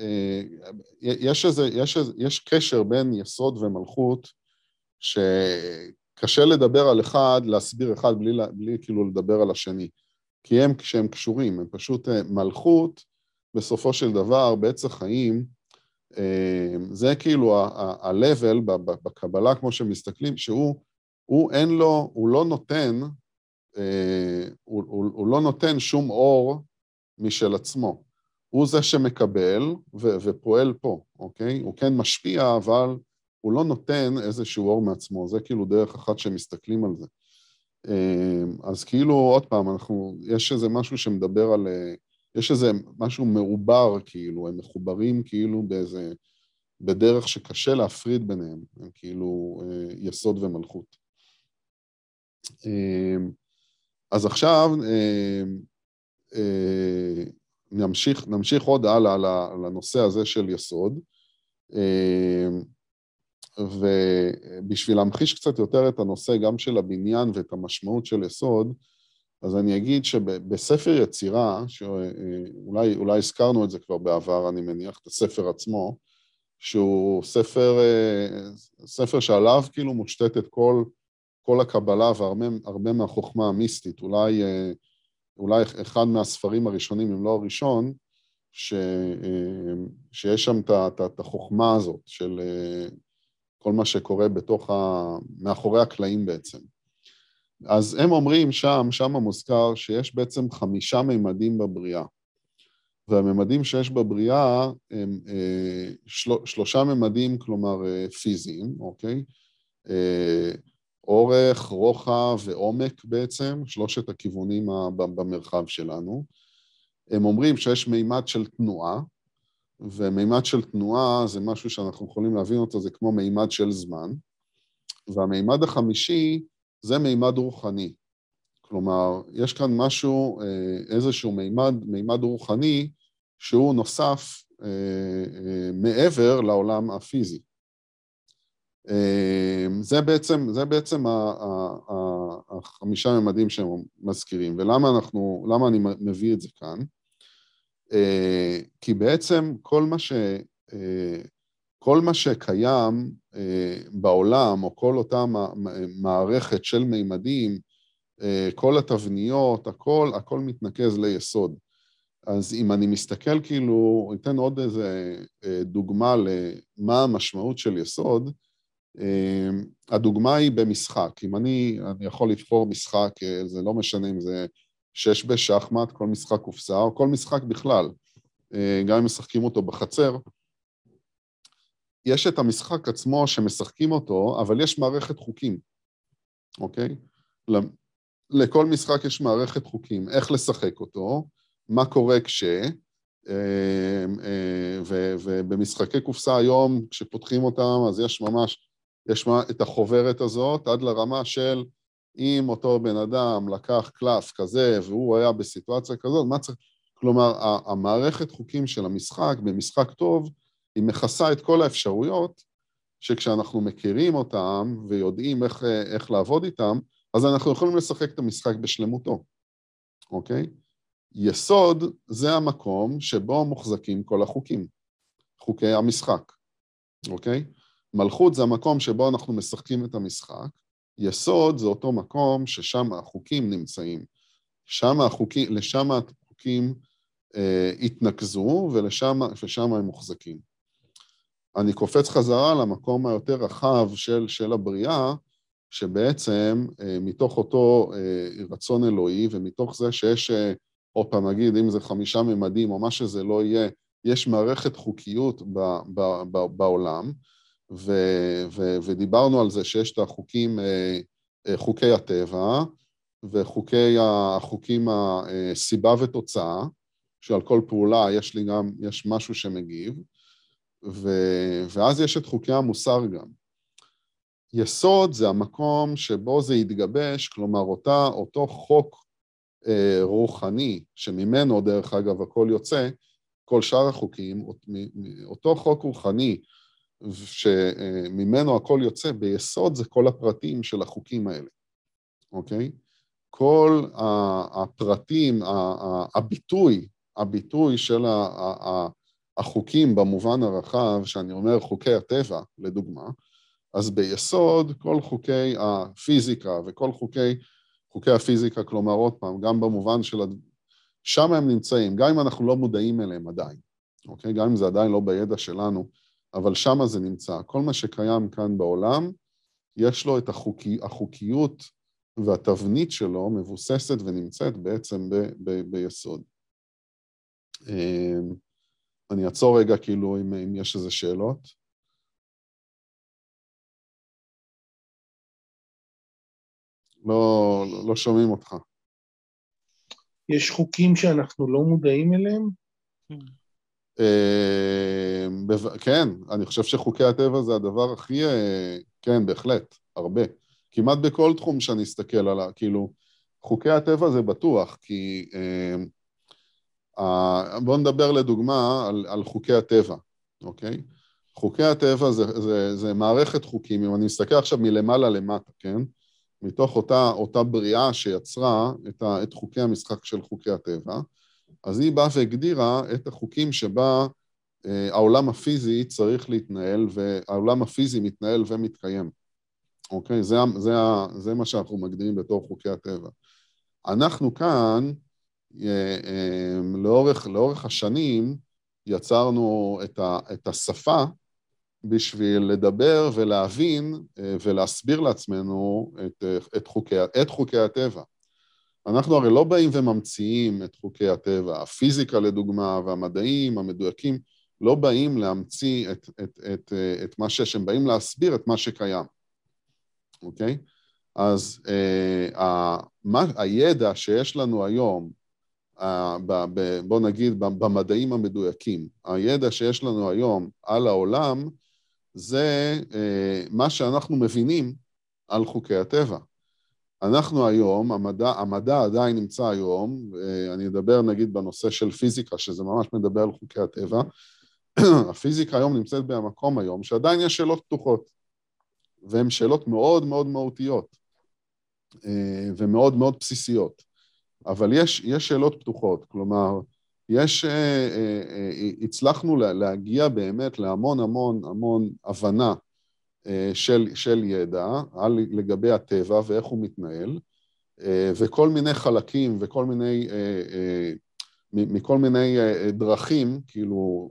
יש קשר בין יסוד ומלכות, שקשה לדבר על אחד, להסביר אחד בלי כאילו לדבר על השני, כי כשהם קשורים, הם פשוט מלכות, בסופו של דבר, בעץ החיים, זה כאילו ה-level בקבלה, כמו שמסתכלים, שהוא אין לו, הוא לא נותן שום אור משל עצמו. הוא זה שמקבל ופועל פה, אוקיי? הוא כן משפיע, אבל הוא לא נותן איזשהו אור מעצמו. זה כאילו דרך אחת שמסתכלים על זה. אז כאילו, עוד פעם, יש איזה משהו שמדבר על, יש איזה משהו מעובר, כאילו, הם מחוברים כאילו בדרך שקשה להפריד ביניהם, הם כאילו יסוד ומלכות. אז עכשיו נמשיך עוד הלאה לנושא הזה של יסוד, ובשביל להמחיש קצת יותר את הנושא גם של הבניין ואת המשמעות של יסוד, אז אני אגיד שבספר יצירה, שאולי הזכרנו את זה כבר בעבר, אני מניח, את הספר עצמו, שהוא ספר שעליו כאילו מושתתת כל הקבלה והרבה מהחוכמה המיסטית, אולי אחד מהספרים הראשונים, אם לא הראשון, שיש שם את החוכמה הזאת של כל מה שקורה מאחורי הקלעים בעצם. אז הם אומרים שם מוזכר שיש בעצם 5 ממדים בבריאה, והממדים שיש בבריאה הם 3 ממדים, כלומר פיזיים, אוקיי? אורך, רוחב ועומק בעצם, 3 הכיוונים במרחב שלנו. הם אומרים שיש מימד של תנועה, ומימד של תנועה זה משהו שאנחנו יכולים להבין אותו, זה כמו מימד של זמן, והמימד החמישי זה מימד רוחני. כלומר, יש כאן משהו, איזשהו מימד רוחני, שהוא נוסף מעבר לעולם הפיזי. זה בעצם 5 ממדים שהם מזכירים, ולמה אני מביא את זה כאן? כי בעצם כל מה שקיים בעולם, או כל אותה מערכת של מימדים, כל התבניות, הכל מתנקז ליסוד. אז אם אני מסתכל כאילו, אתן עוד איזה דוגמה למה המשמעות של יסוד, הדוגמה היא במשחק. אם אני יכול לבחור משחק, זה לא משנה אם זה 6 בשחמט, כל משחק קופסה, או כל משחק בכלל, גם אם משחקים אותו בחצר, יש את המשחק עצמו שמשחקים אותו, אבל יש מערכת חוקים, אוקיי? לכל משחק יש מערכת חוקים, איך לשחק אותו, מה קורה ובמשחקי קופסה היום, כשפותחים אותם, אז יש את החוברת הזאת, עד לרמה של אם אותו בן אדם לקח קלף כזה, והוא היה בסיטואציה כזאת, מה צריך? כלומר, המערכת חוקים של המשחק, במשחק טוב, היא מכסה את כל האפשרויות, שכשאנחנו מכירים אותם, ויודעים איך לעבוד איתם, אז אנחנו יכולים לשחק את המשחק בשלמותו, אוקיי? יסוד זה המקום שבו מוחזקים כל החוקים, חוקי המשחק, אוקיי? מלכות זה המקום שבו אנחנו משחקים את המשחק, יסוד זה אותו מקום ששם החוקים נמצאים, לשם החוקים התנקזו, ושם הם מוחזקים. אני קופץ חזרה למקום היותר רחב של הבריאה, שבעצם מתוך אותו רצון אלוהי, ומתוך זה שיש, או פעם נגיד, אם זה 5 ממדים, או מה שזה לא יהיה, יש מערכת חוקיות בעולם, ודיברנו על זה שיש את החוקים, חוקי הטבע, החוקים הסיבה ותוצאה, שעל כל פעולה יש משהו שמגיב, ואז יש את חוקי המוסר גם. יסוד זה המקום שבו זה יתגבש, כלומר אותו חוק רוחני, שממנו דרך אגב הכל יוצא, כל שאר החוקים, אותו חוק רוחני, שממנו הכל יוצא, ביסוד זה כל הפרטים של החוקים האלה, אוקיי? כל הפרטים, הביטוי של החוקים במובן הרחב, שאני אומר חוקי הטבע, לדוגמה, אז ביסוד כל חוקי הפיזיקה וכל חוקי הפיזיקה, כלומר עוד פעם, גם במובן של, שם הם נמצאים, גם אם אנחנו לא מודעים אליהם עדיין, אוקיי? גם אם זה עדיין לא בידע שלנו, אבל שמה זה נמצא. כל מה שקיים כאן בעולם, יש לו את החוקיות והתבנית שלו מבוססת ונמצאת בעצם ביסוד. אני אעצור רגע כאילו אם יש איזה שאלות. לא שומעים אותך. יש חוקים שאנחנו לא מודעים אליהם? כן, אני חושב שחוקי הטבע זה הדבר הכי, כן, בהחלט, הרבה. כמעט בכל תחום שאני אסתכל עליו, כאילו, חוקי הטבע זה בטוח, כי בואו נדבר לדוגמה על חוקי הטבע, אוקיי? חוקי הטבע זה מערכת חוקים, אם אני מסתכל עכשיו מלמעלה למטה, כן? מתוך אותה בריאה שיצרה את חוקי המשחק של חוקי הטבע, אז היא באה והגדירה את החוקים שבה העולם הפיזי צריך להתנהל, והעולם הפיזי מתנהל ומתקיים. אוקיי? זה מה שאנחנו מגדירים בתור חוקי הטבע. אנחנו כאן, לאורך השנים, יצרנו את השפה בשביל לדבר ולהבין ולהסביר לעצמנו את חוקי הטבע. אנחנו הרי לא באים וממציאים את חוקי הטבע. הפיזיקה לדוגמה והמדעים המדויקים לא באים להמציא את מה שהם באים להסביר את מה שקיים. אוקיי? אז הידע שיש לנו היום, בוא נגיד במדעים המדויקים, הידע שיש לנו היום על העולם, זה מה שאנחנו מבינים על חוקי הטבע. אנחנו היום, המדע עדיין נמצא היום, אני אדבר נגיד בנושא של פיזיקה, שזה ממש מדבר על חוקי הטבע, הפיזיקה היום נמצאת במקום היום, שעדיין יש שאלות פתוחות, והן שאלות מאוד מאוד מהותיות, ומאוד מאוד בסיסיות, אבל יש שאלות פתוחות, כלומר, הצלחנו להגיע באמת להמון המון המון הבנה, של ידע לגבי הטבע ואיך הוא מתנהל, וכל מיני חלקים וכל מיני, מכל מיני דרכים, כאילו,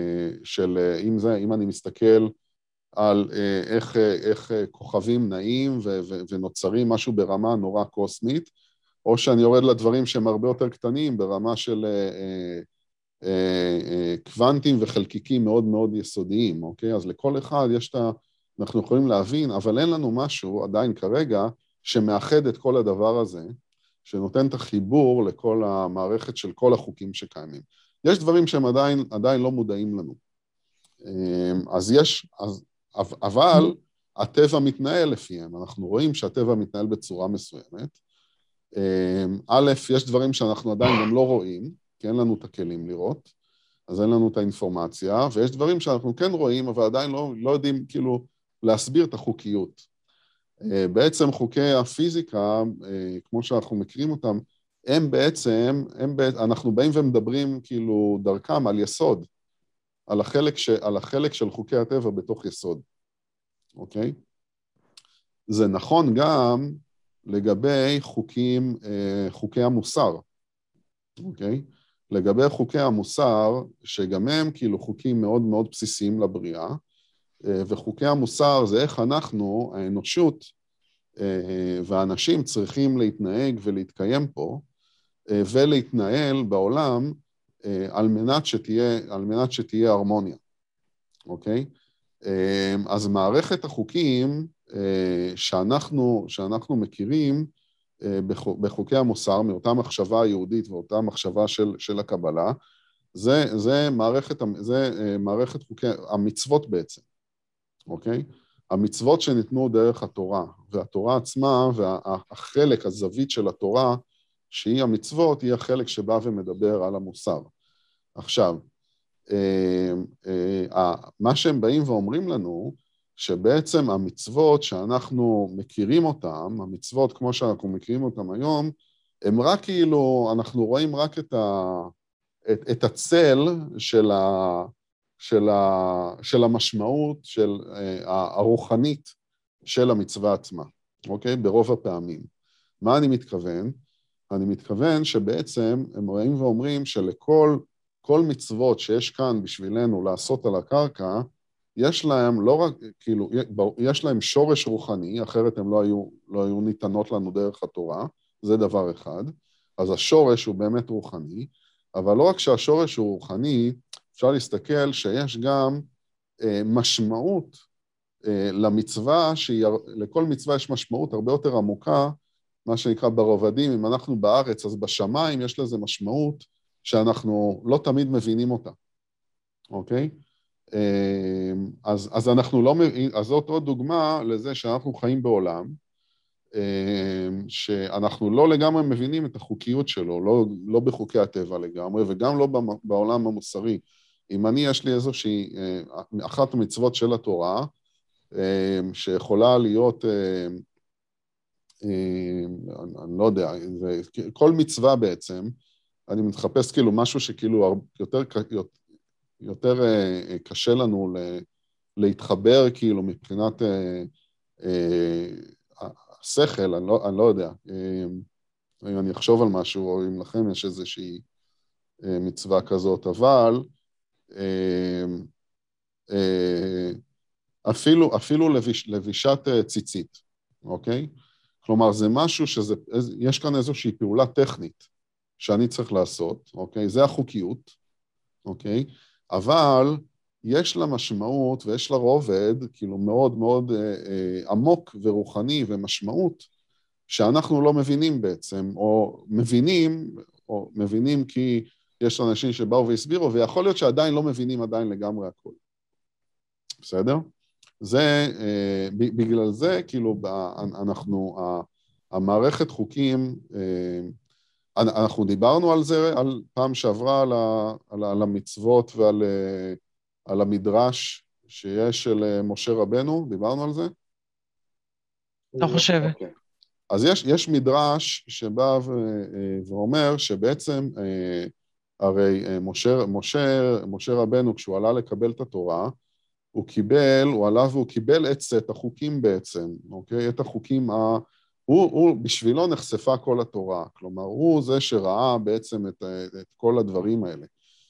אם אני מסתכל על איך כוכבים נעים ונוצרים משהו ברמה נורא קוסמית, או שאני יורד לדברים שהם הרבה יותר קטנים, ברמה של קוונטים וחלקיקים מאוד מאוד יסודיים, אוקיי? אז לכל אחד אנחנו יכולים להבין, אבל אין לנו משהו עדיין כרגע שמאחד את כל הדבר הזה, שנותן את החיבור לכל המערכת של כל החוקים שקיימים. יש דברים שהם עדיין לא מודעים לנו. אבל הטבע מתנהל לפיהם, אנחנו רואים שהטבע מתנהל בצורה מסוימת. א', יש דברים שאנחנו עדיין גם לא רואים, כי אין לנו את הכלים לראות, אז אין לנו את האינפורמציה, ויש דברים שאנחנו כן רואים, אבל עדיין לא יודעים כאילו להסביר את החוקיות. בעצם חוקי הפיזיקה, כמו שאנחנו מכירים אותם, אנחנו באים ומדברים כאילו דרכם על יסוד, על החלק של חוקי הטבע בתוך יסוד, אוקיי? זה נכון גם לגבי חוקי המוסר, אוקיי? לגבי חוקי המוסר, שגם הם כאילו חוקים מאוד מאוד בסיסיים לבריאה, וחוקי המוסר זה איך אנחנו, האנושות והאנשים צריכים להתנהג ולהתקיים פה, ולהתנהל בעולם על מנת שתהיה הרמוניה, אוקיי? אז מערכת החוקים שאנחנו מכירים בחוקי המוסר, מאותה מחשבה היהודית ואותה מחשבה של הקבלה, זה מערכת חוקי המצוות בעצם, אוקיי? המצוות שניתנו דרך התורה, והתורה עצמה, והחלק, הזווית של התורה, שהיא המצוות, היא החלק שבא ומדבר על המוסר. עכשיו, מה שהם באים ואומרים לנו, שבעצם המצוות שאנחנו מכירים אותם, המצוות כמו שאנחנו מכירים אותם היום, הם רק כאילו, אנחנו רואים רק את הצל של המשמעות הרוחנית של המצווה עצמה, אוקיי? ברוב הפעמים. מה אני מתכוון? אני מתכוון שבעצם הם רואים ואומרים שלכל מצוות שיש כאן בשבילנו לעשות על הקרקע, יש להם לא רק, כאילו, יש להם שורש רוחני, אחרת הם לא היו ניתנות לנו דרך התורה, זה דבר אחד. אז השורש הוא באמת רוחני, אבל לא רק שהשורש הוא רוחני, אפשר להסתכל שיש גם משמעות למצווה, לכל מצווה יש משמעות הרבה יותר עמוקה, מה שנקרא ברובדים, אם אנחנו בארץ, אז בשמיים יש לזה משמעות שאנחנו לא תמיד מבינים אותה, אוקיי? אז אנחנו לא, אז זאת עוד דוגמה לזה שאנחנו חיים בעולם, שאנחנו לא לגמרי מבינים את החוקיות שלו, לא בחוקי הטבע לגמרי, וגם לא בעולם המוסרי. אם יש לי איזושהי, אחת המצוות של התורה, שיכולה להיות, אני לא יודע, כל מצווה בעצם, אני מתחפש כאילו משהו שכאילו יותר קשה לנו להתחבר כאילו מבחינת השכל, אני לא יודע, אם אני אחשוב על משהו, או אם לכם יש איזושהי מצווה כזאת, אבל אפילו לבישת ציצית, אוקיי? כלומר, זה משהו יש כאן איזושהי פעולה טכנית שאני צריך לעשות, אוקיי? זה החוקיות, אוקיי? אבל יש לה משמעות ויש לה רובד, כאילו מאוד מאוד עמוק ורוחני ומשמעות, שאנחנו לא מבינים בעצם, או מבינים כי יש אנשים שבאו והסבירו, ויכול להיות שעדיין לא מבינים עדיין לגמרי הכל. בסדר? זה, בגלל זה, כאילו, המערכת חוקים, אנחנו דיברנו על זה, על פעם שעברה, על המצוות ועל המדרש שיש של משה רבנו, דיברנו על זה? לא חושבת. Okay. אז יש מדרש שבא ואומר שבעצם, הרי משה רבנו, כשהוא עלה לקבל את התורה, הוא עלה והוא קיבל את סט החוקים בעצם, אוקיי? את החוקים, בשבילו נחשפה כל התורה, כלומר, הוא זה שראה בעצם את כל הדברים האלה.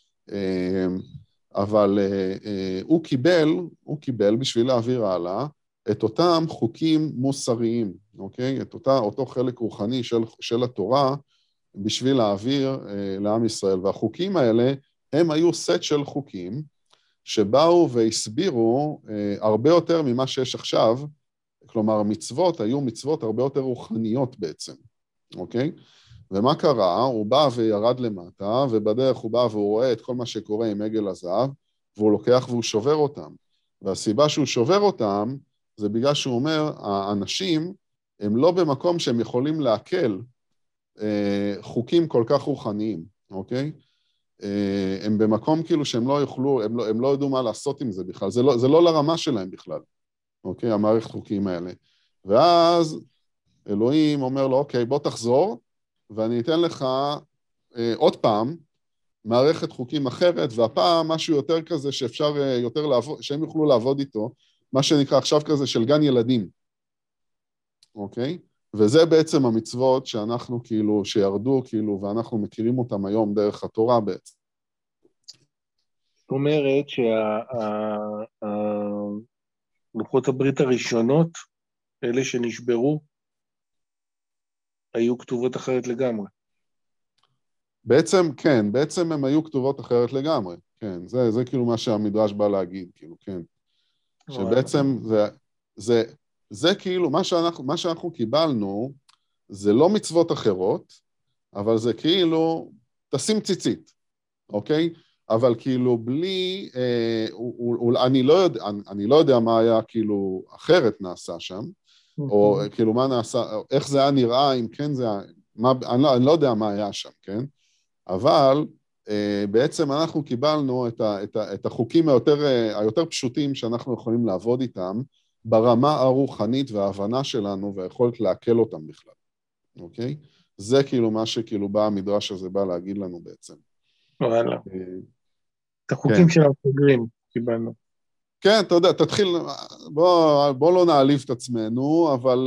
אבל הוא קיבל בשביל להעביר הלאה את אותם חוקים מוסריים, אוקיי? את אותו חלק רוחני של התורה, בשביל להעביר לעם ישראל. והחוקים האלה, הם היו סט של חוקים, שבאו והסבירו הרבה יותר ממה שיש עכשיו, כלומר, המצוות היו מצוות הרבה יותר רוחניות בעצם, אוקיי? ומה קרה? הוא בא וירד למטה, ובדרך הוא בא והוא רואה את כל מה שקורה עם עגל הזהב, והוא לוקח והוא שובר אותם. והסיבה שהוא שובר אותם, זה בגלל שהוא אומר, האנשים הם לא במקום שהם יכולים להקל חוקים כל כך רוחניים, אוקיי? הם במקום כאילו שהם לא יוכלו, הם לא ידעו מה לעשות עם זה בכלל, זה לא לרמה שלהם בכלל, אוקיי? המערכת חוקים האלה. ואז אלוהים אומר לו, אוקיי, בוא תחזור, ואני אתן לך עוד פעם מערכת חוקים אחרת, והפעם משהו יותר כזה שאפשר יותר לעבוד, שהם יוכלו לעבוד איתו, מה שנקרא עכשיו כזה של גן ילדים, אוקיי? וזה בעצם המצוות שאנחנו כאילו, שירדו כאילו, ואנחנו מכירים אותם היום דרך התורה בעצם. זאת אומרת לוחות הברית הראשונות, אלה שנשברו, היו כתובות אחרת לגמרי. בעצם, כן, בעצם הם היו כתובות אחרת לגמרי, כן, זה כאילו מה שהמדרש בא להגיד, כאילו, כן. שבעצם זה כאילו, מה שאנחנו קיבלנו, זה לא מצוות אחרות, אבל זה כאילו, תשים ציצית, אוקיי? אבל כאילו בלי, אני לא יודע מה היה כאילו אחרת נעשה שם, או כאילו מה נעשה, איך זה היה נראה, אם כן זה היה, אני לא יודע מה היה שם, כן? אבל בעצם אנחנו קיבלנו את החוקים היותר פשוטים שאנחנו יכולים לעבוד איתם, ברמה הרוחנית וההבנה שלנו, והיכולת להקל אותם בכלל, אוקיי? זה כאילו מה שכאילו בא המדרש הזה, בא להגיד לנו בעצם. וואלה. את החוקים של המפגרים קיבלנו. כן, אתה יודע, תתחיל, בוא לא נעליב את עצמנו, אבל...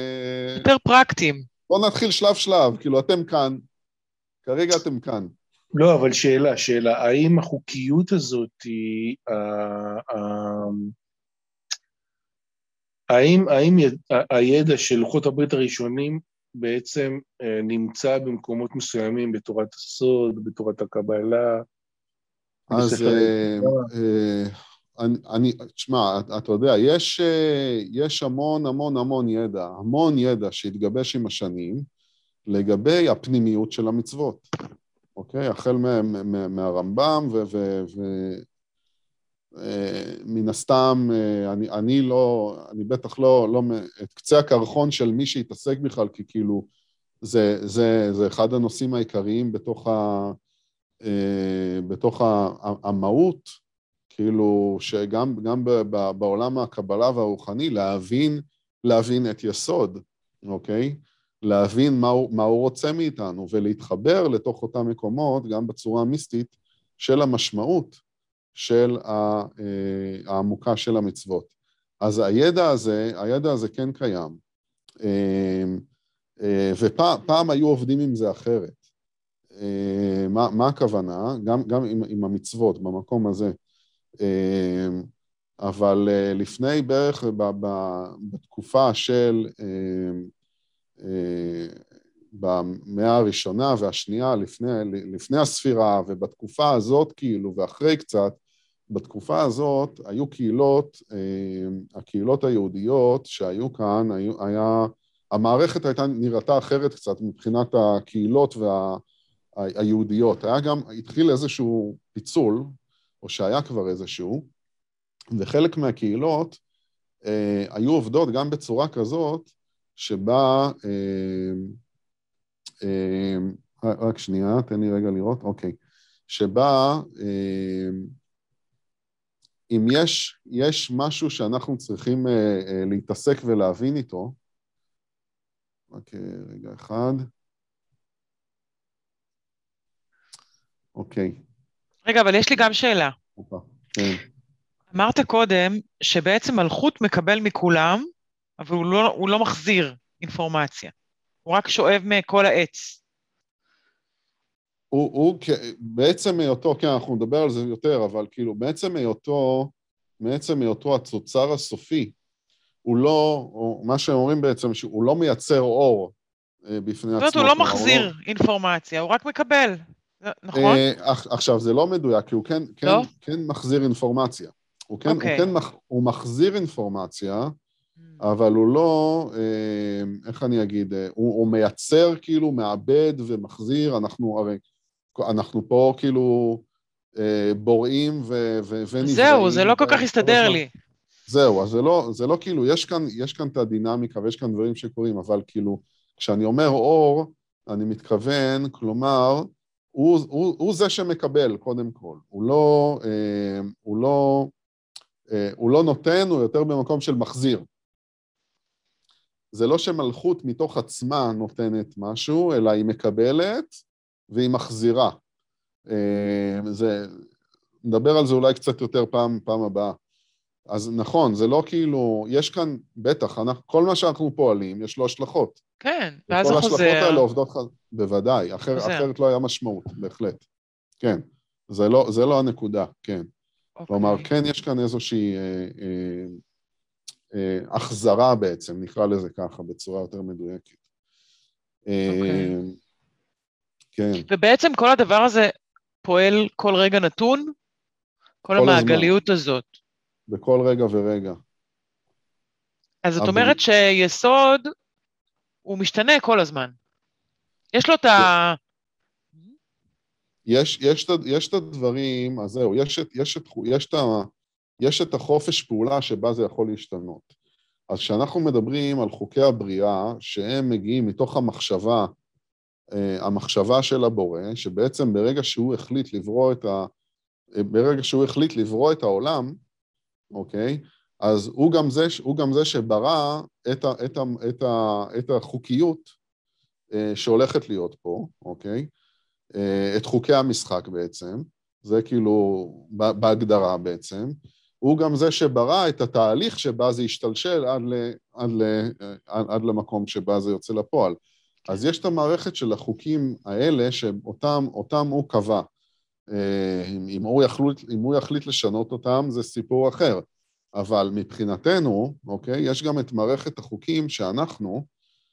יותר פרקטיים. בוא נתחיל שלב, כאילו אתם כאן, כרגע אתם כאן. לא, אבל שאלה, האם החוקיות הזאת היא, האם הידע של לוחות הברית הראשונים בעצם נמצא במקומות מסוימים בתורת הסוד, בתורת הקבלה, אז בספר היצירה? תשמע, אתה יודע, יש המון ידע שהתגבש עם השנים לגבי הפנימיות של המצוות, אוקיי? החל מהרמב"ם מן הסתם, אני בטח לא, את קצה הקרחון של מי שהתעסק בכלל, כי כאילו, זה אחד הנושאים העיקריים בתוך המהות, כאילו שגם בעולם הקבלה והרוחני, להבין את יסוד, אוקיי? להבין מה הוא רוצה מאיתנו, ולהתחבר לתוך אותם מקומות, גם בצורה המיסטית, של המשמעות של העמוקה של המצוות. אז הידע הזה כן קיים. ופעם היו עובדים עם זה אחרת. מה הכוונה? גם עם המצוות במקום הזה. אבל לפני בערך בתקופה של במאה הראשונה והשנייה, לפני הספירה, ובתקופה הזאת כאילו, ואחרי קצת, בתקופה הזאת היו הקהילות היהודיות שהיו כאן, המערכת הייתה נראתה אחרת קצת מבחינת הקהילות היהודיות. התחיל איזשהו פיצול, או שהיה כבר איזשהו, וחלק מהקהילות היו עובדות גם בצורה כזאת, שבה, רק שנייה, תן לי רגע לראות, אוקיי, שבה, אם יש משהו שאנחנו צריכים להתעסק ולהבין איתו, אוקיי, רגע אחד, אוקיי. רגע, אבל יש לי גם שאלה. כן. אמרת קודם שבעצם מלכות מקבל מכולם, אבל הוא לא מחזיר אינפורמציה. הוא רק שואב מכל העץ. הוא בעצם היותו, כן, אנחנו נדבר על זה יותר, אבל כאילו, בעצם היותו התוצר הסופי, הוא לא, מה שהם אומרים בעצם, שהוא לא מייצר אור בפני עצמו. זאת אומרת, הוא לא מחזיר אינפורמציה, הוא רק מקבל, נכון? עכשיו, זה לא מדויק, כי הוא כן מחזיר אינפורמציה. הוא מחזיר אינפורמציה, אבל הוא לא, איך אני אגיד, הוא מייצר כאילו, מאבד ומחזיר, אנחנו פה כאילו בוראים ונבראים. זהו, זה לא כל כך הסתדר לי. זהו, אז זה לא כאילו, יש כאן את הדינמיקה ויש כאן דברים שקורים, אבל כאילו, כשאני אומר אור, אני מתכוון, כלומר, הוא זה שמקבל, קודם כל. הוא לא נותן, הוא יותר במקום של מחזיר. זה לא שמלכות מתוך עצמה נותנת משהו, אלא היא מקבלת והיא מחזירה. נדבר על זה אולי קצת יותר פעם הבאה. אז נכון, זה לא כאילו, יש כאן, בטח, כל מה שאנחנו פועלים, יש לו השלכות. כן, ואז זה חוזר. וכל ההשלכות האלה עובדות, בוודאי, אחרת לא היה משמעות, בהחלט. כן, זה לא הנקודה, כן. כלומר, כן, יש כאן איזושהי החזרה בעצם, נקרא לזה ככה, בצורה יותר מדויקת. כן. ובעצם כל הדבר הזה פועל כל רגע נתון? כל המעגליות הזאת. בכל רגע ורגע. אז זאת אומרת שיסוד הוא משתנה כל הזמן. יש לו את ה... יש את הדברים, אז זהו, יש את החופש פעולה שבה זה יכול להשתנות. אז כשאנחנו מדברים על חוקי הבריאה, שהם מגיעים מתוך המחשבה של הבורא, שבעצם ברגע שהוא החליט לברוא את העולם, אוקיי? אז הוא גם זה שברא את החוקיות שהולכת להיות פה, אוקיי? את חוקי המשחק בעצם, זה כאילו בהגדרה בעצם, הוא גם זה שברא את התהליך שבה זה ישתלשל עד למקום שבה זה יוצא לפועל. אז יש את המערכת של החוקים האלה, שאותם הוא קבע. אם הוא יחליט לשנות אותם, זה סיפור אחר. אבל מבחינתנו, אוקיי, יש גם את מערכת החוקים שאנחנו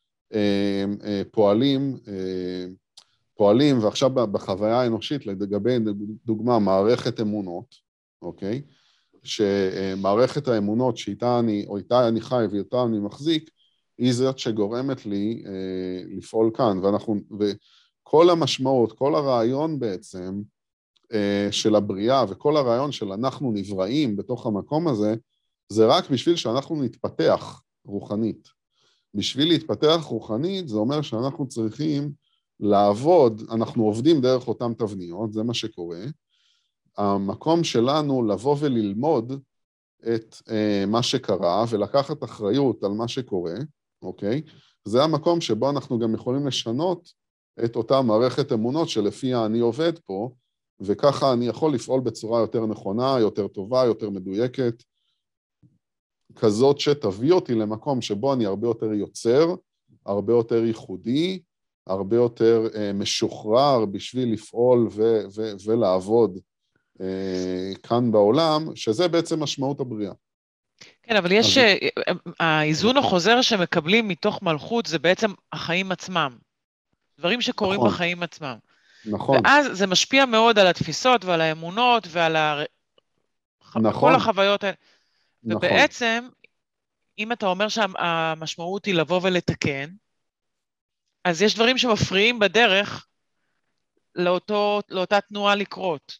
פועלים, ועכשיו בחוויה האנושית, לגבי דוגמה, מערכת אמונות, אוקיי? שמערכת האמונות שאיתה אני חי ואיתה אני מחזיק, היא זאת שגורמת לי לפעול כאן, וכל המשמעות, כל הרעיון בעצם של הבריאה, וכל הרעיון של אנחנו נבראים בתוך המקום הזה, זה רק בשביל שאנחנו נתפתח רוחנית. בשביל להתפתח רוחנית, זה אומר שאנחנו צריכים לעבוד, אנחנו עובדים דרך אותם תבניות, זה מה שקורה. המקום שלנו לבוא וללמוד את מה שקרה, ולקחת אחריות על מה שקורה, אוקיי? זה המקום שבו אנחנו גם יכולים לשנות את אותה מערכת אמונות שלפיה אני עובד פה, וככה אני יכול לפעול בצורה יותר נכונה, יותר טובה, יותר מדויקת, כזאת שתביא אותי למקום שבו אני הרבה יותר יוצר, הרבה יותר ייחודי, הרבה יותר משוחרר בשביל לפעול ולעבוד כאן בעולם, שזה בעצם משמעות הבריאה. כן, אבל יש, האיזון החוזר שמקבלים מתוך מלכות, זה בעצם החיים עצמם. דברים שקורים נכון. בחיים עצמם. נכון. ואז זה משפיע מאוד על התפיסות ועל האמונות ועל נכון. כל החוויות האלה. נכון. ובעצם, אם אתה אומר שהמשמעות היא לבוא ולתקן, אז יש דברים שמפריעים בדרך לאותה תנועה לקרות.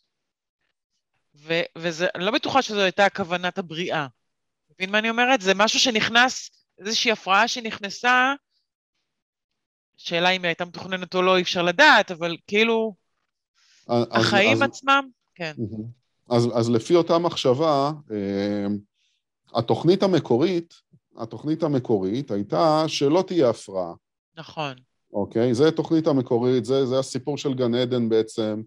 אני לא בטוחה שזו הייתה כוונת הבריאה. מבין מה אני אומרת? זה משהו שנכנס, איזושהי הפרעה שנכנסה, שאלה אם היא הייתה מתוכננת או לא, אי אפשר לדעת, אבל כאילו, החיים עצמם, כן. אז לפי אותה מחשבה, התוכנית המקורית הייתה שלא תהיה הפרעה. נכון. אוקיי? זה התוכנית המקורית, זה הסיפור של גן עדן בעצם,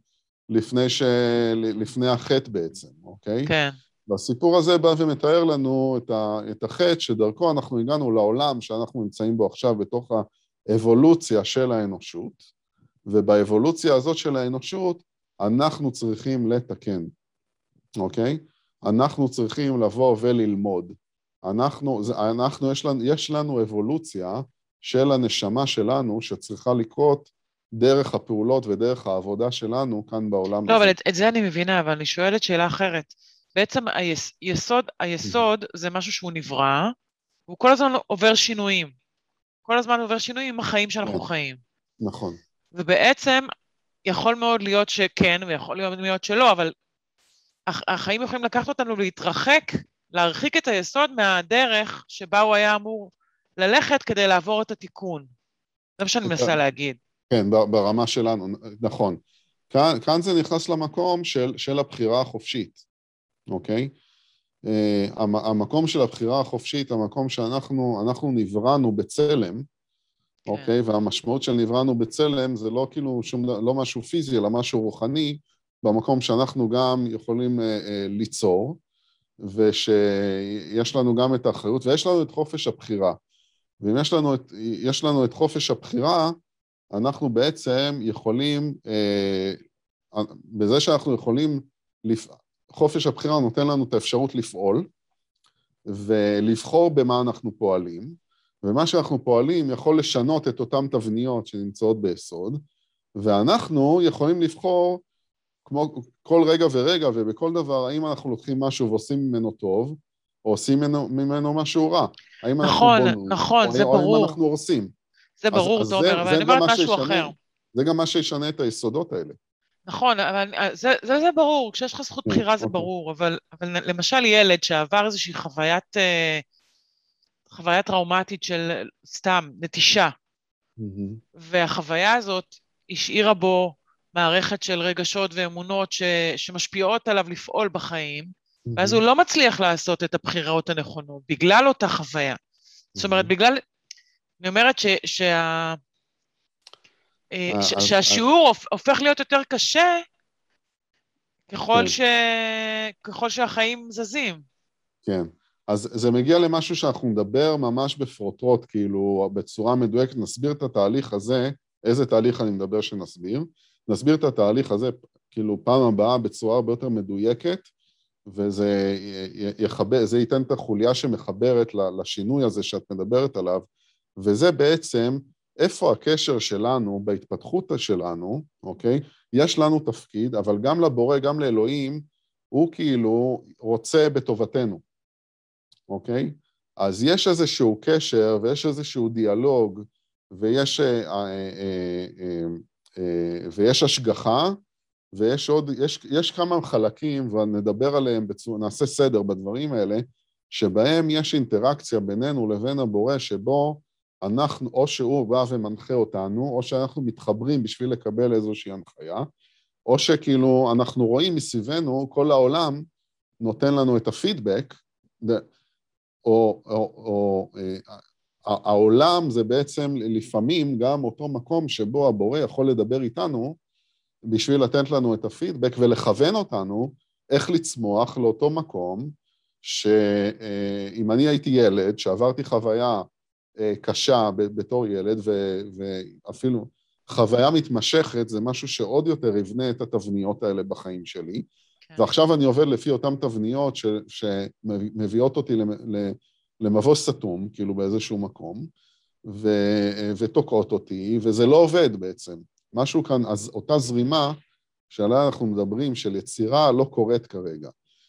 לפני החטא בעצם, אוקיי? כן. והסיפור הזה בא ומתאר לנו את החטא שדרכו אנחנו הגענו לעולם שאנחנו נמצאים בו עכשיו בתוך האבולוציה של האנושות, ובאבולוציה הזאת של האנושות אנחנו צריכים לתקן, אוקיי? אנחנו צריכים לבוא וללמוד. יש לנו אבולוציה של הנשמה שלנו שצריכה לקרות דרך הפעולות ודרך העבודה שלנו כאן בעולם לא, הזה. אבל את זה אני מבינה, אבל אני שואלת שאלה אחרת. בעצם היסוד זה משהו שהוא נברא, והוא כל הזמן עובר שינויים. כל הזמן עובר שינויים עם החיים שאנחנו חיים. נכון. ובעצם יכול מאוד להיות שכן, ויכול להיות שלא, אבל החיים יכולים לקחת אותנו להרחיק את היסוד מהדרך שבה הוא היה אמור ללכת כדי לעבור את התיקון. זה מה שאני מנסה להגיד. כן, ברמה שלנו, נכון. כאן זה נכנס למקום של הבחירה החופשית, אוקיי? המקום של הבחירה החופשית, המקום שאנחנו נבראנו בצלם, אוקיי? והמשמעות של נבראנו בצלם זה לא כאילו לא משהו פיזי, אלא משהו רוחני, במקום שאנחנו גם יכולים ליצור, ושיש לנו גם את האחריות, ויש לנו את חופש הבחירה. ואם יש לנו את חופש הבחירה, אנחנו בעצם יכולים, בזה שאנחנו יכולים, חופש הבחירה נותן לנו את האפשרות לפעול, ולבחור במה אנחנו פועלים, ומה שאנחנו פועלים יכול לשנות את אותם תבניות שנמצאות ביסוד, ואנחנו יכולים לבחור, כמו כל רגע ורגע ובכל דבר, האם אנחנו לוקחים משהו ועושים ממנו טוב, או עושים ממנו משהו רע. האם אנחנו בונים, נכון, זה ברור. או האם אנחנו הורסים. זה ברור, תומר, אבל אני אומרת משהו אחר. זה גם מה שישנה את היסודות האלה. נכון, אבל זה ברור, כשיש לך זכות בחירה זה ברור, אבל למשל ילד שעבר איזושהי חוויה טראומטית של סתם נטישה, והחוויה הזאת השאירה בו מערכת של רגשות ואמונות שמשפיעות עליו לפעול בחיים, ואז הוא לא מצליח לעשות את הבחירות הנכונות, בגלל אותה חוויה. זאת אומרת, אני אומרת שהשיעור הופך להיות יותר קשה, ככל שהחיים זזים. כן, אז זה מגיע למשהו שאנחנו נדבר ממש בפרוטרוט, כאילו בצורה מדויקת, נסביר את התהליך הזה, איזה תהליך אני מדבר שנסביר, נסביר את התהליך הזה כאילו פעם הבאה בצורה הרבה יותר מדויקת, וזה זה ייתן את החוליה שמחברת לשינוי הזה שאת מדברת עליו, וזה בעצם איפה הקשר שלנו בהתפתחות שלנו, אוקיי? יש לנו תפקיד, אבל גם לבורא, גם לאלוהים, הוא כאילו רוצה בטובתנו, אוקיי? אז יש איזשהו קשר ויש איזשהו דיאלוג, ויש השגחה, ויש עוד, יש כמה חלקים, ונדבר עליהם, נעשה סדר בדברים האלה, שבהם יש אינטראקציה בינינו לבין הבורא, שבו אנחנו, או שהוא בא ומנחה אותנו, או שאנחנו מתחברים בשביל לקבל איזושהי הנחיה, או שכאילו אנחנו רואים מסביבנו, כל העולם נותן לנו את הפידבק, או העולם זה בעצם לפעמים גם אותו מקום שבו הבורא יכול לדבר איתנו, בשביל לתת לנו את הפידבק ולכוון אותנו איך לצמוח לאותו מקום, שאם אני הייתי ילד, שעברתי חוויה קשה בתור ילד, ואפילו חוויה מתמשכת, זה משהו שעוד יותר יבנה את התבניות האלה בחיים שלי, כן. ועכשיו אני עובד לפי אותן תבניות שמביאות אותי למבוא סתום, כאילו באיזשהו מקום, ותוקעות אותי, וזה לא עובד בעצם. משהו כאן, אז אותה זרימה שעליה אנחנו מדברים, של יצירה, לא קורית כרגע.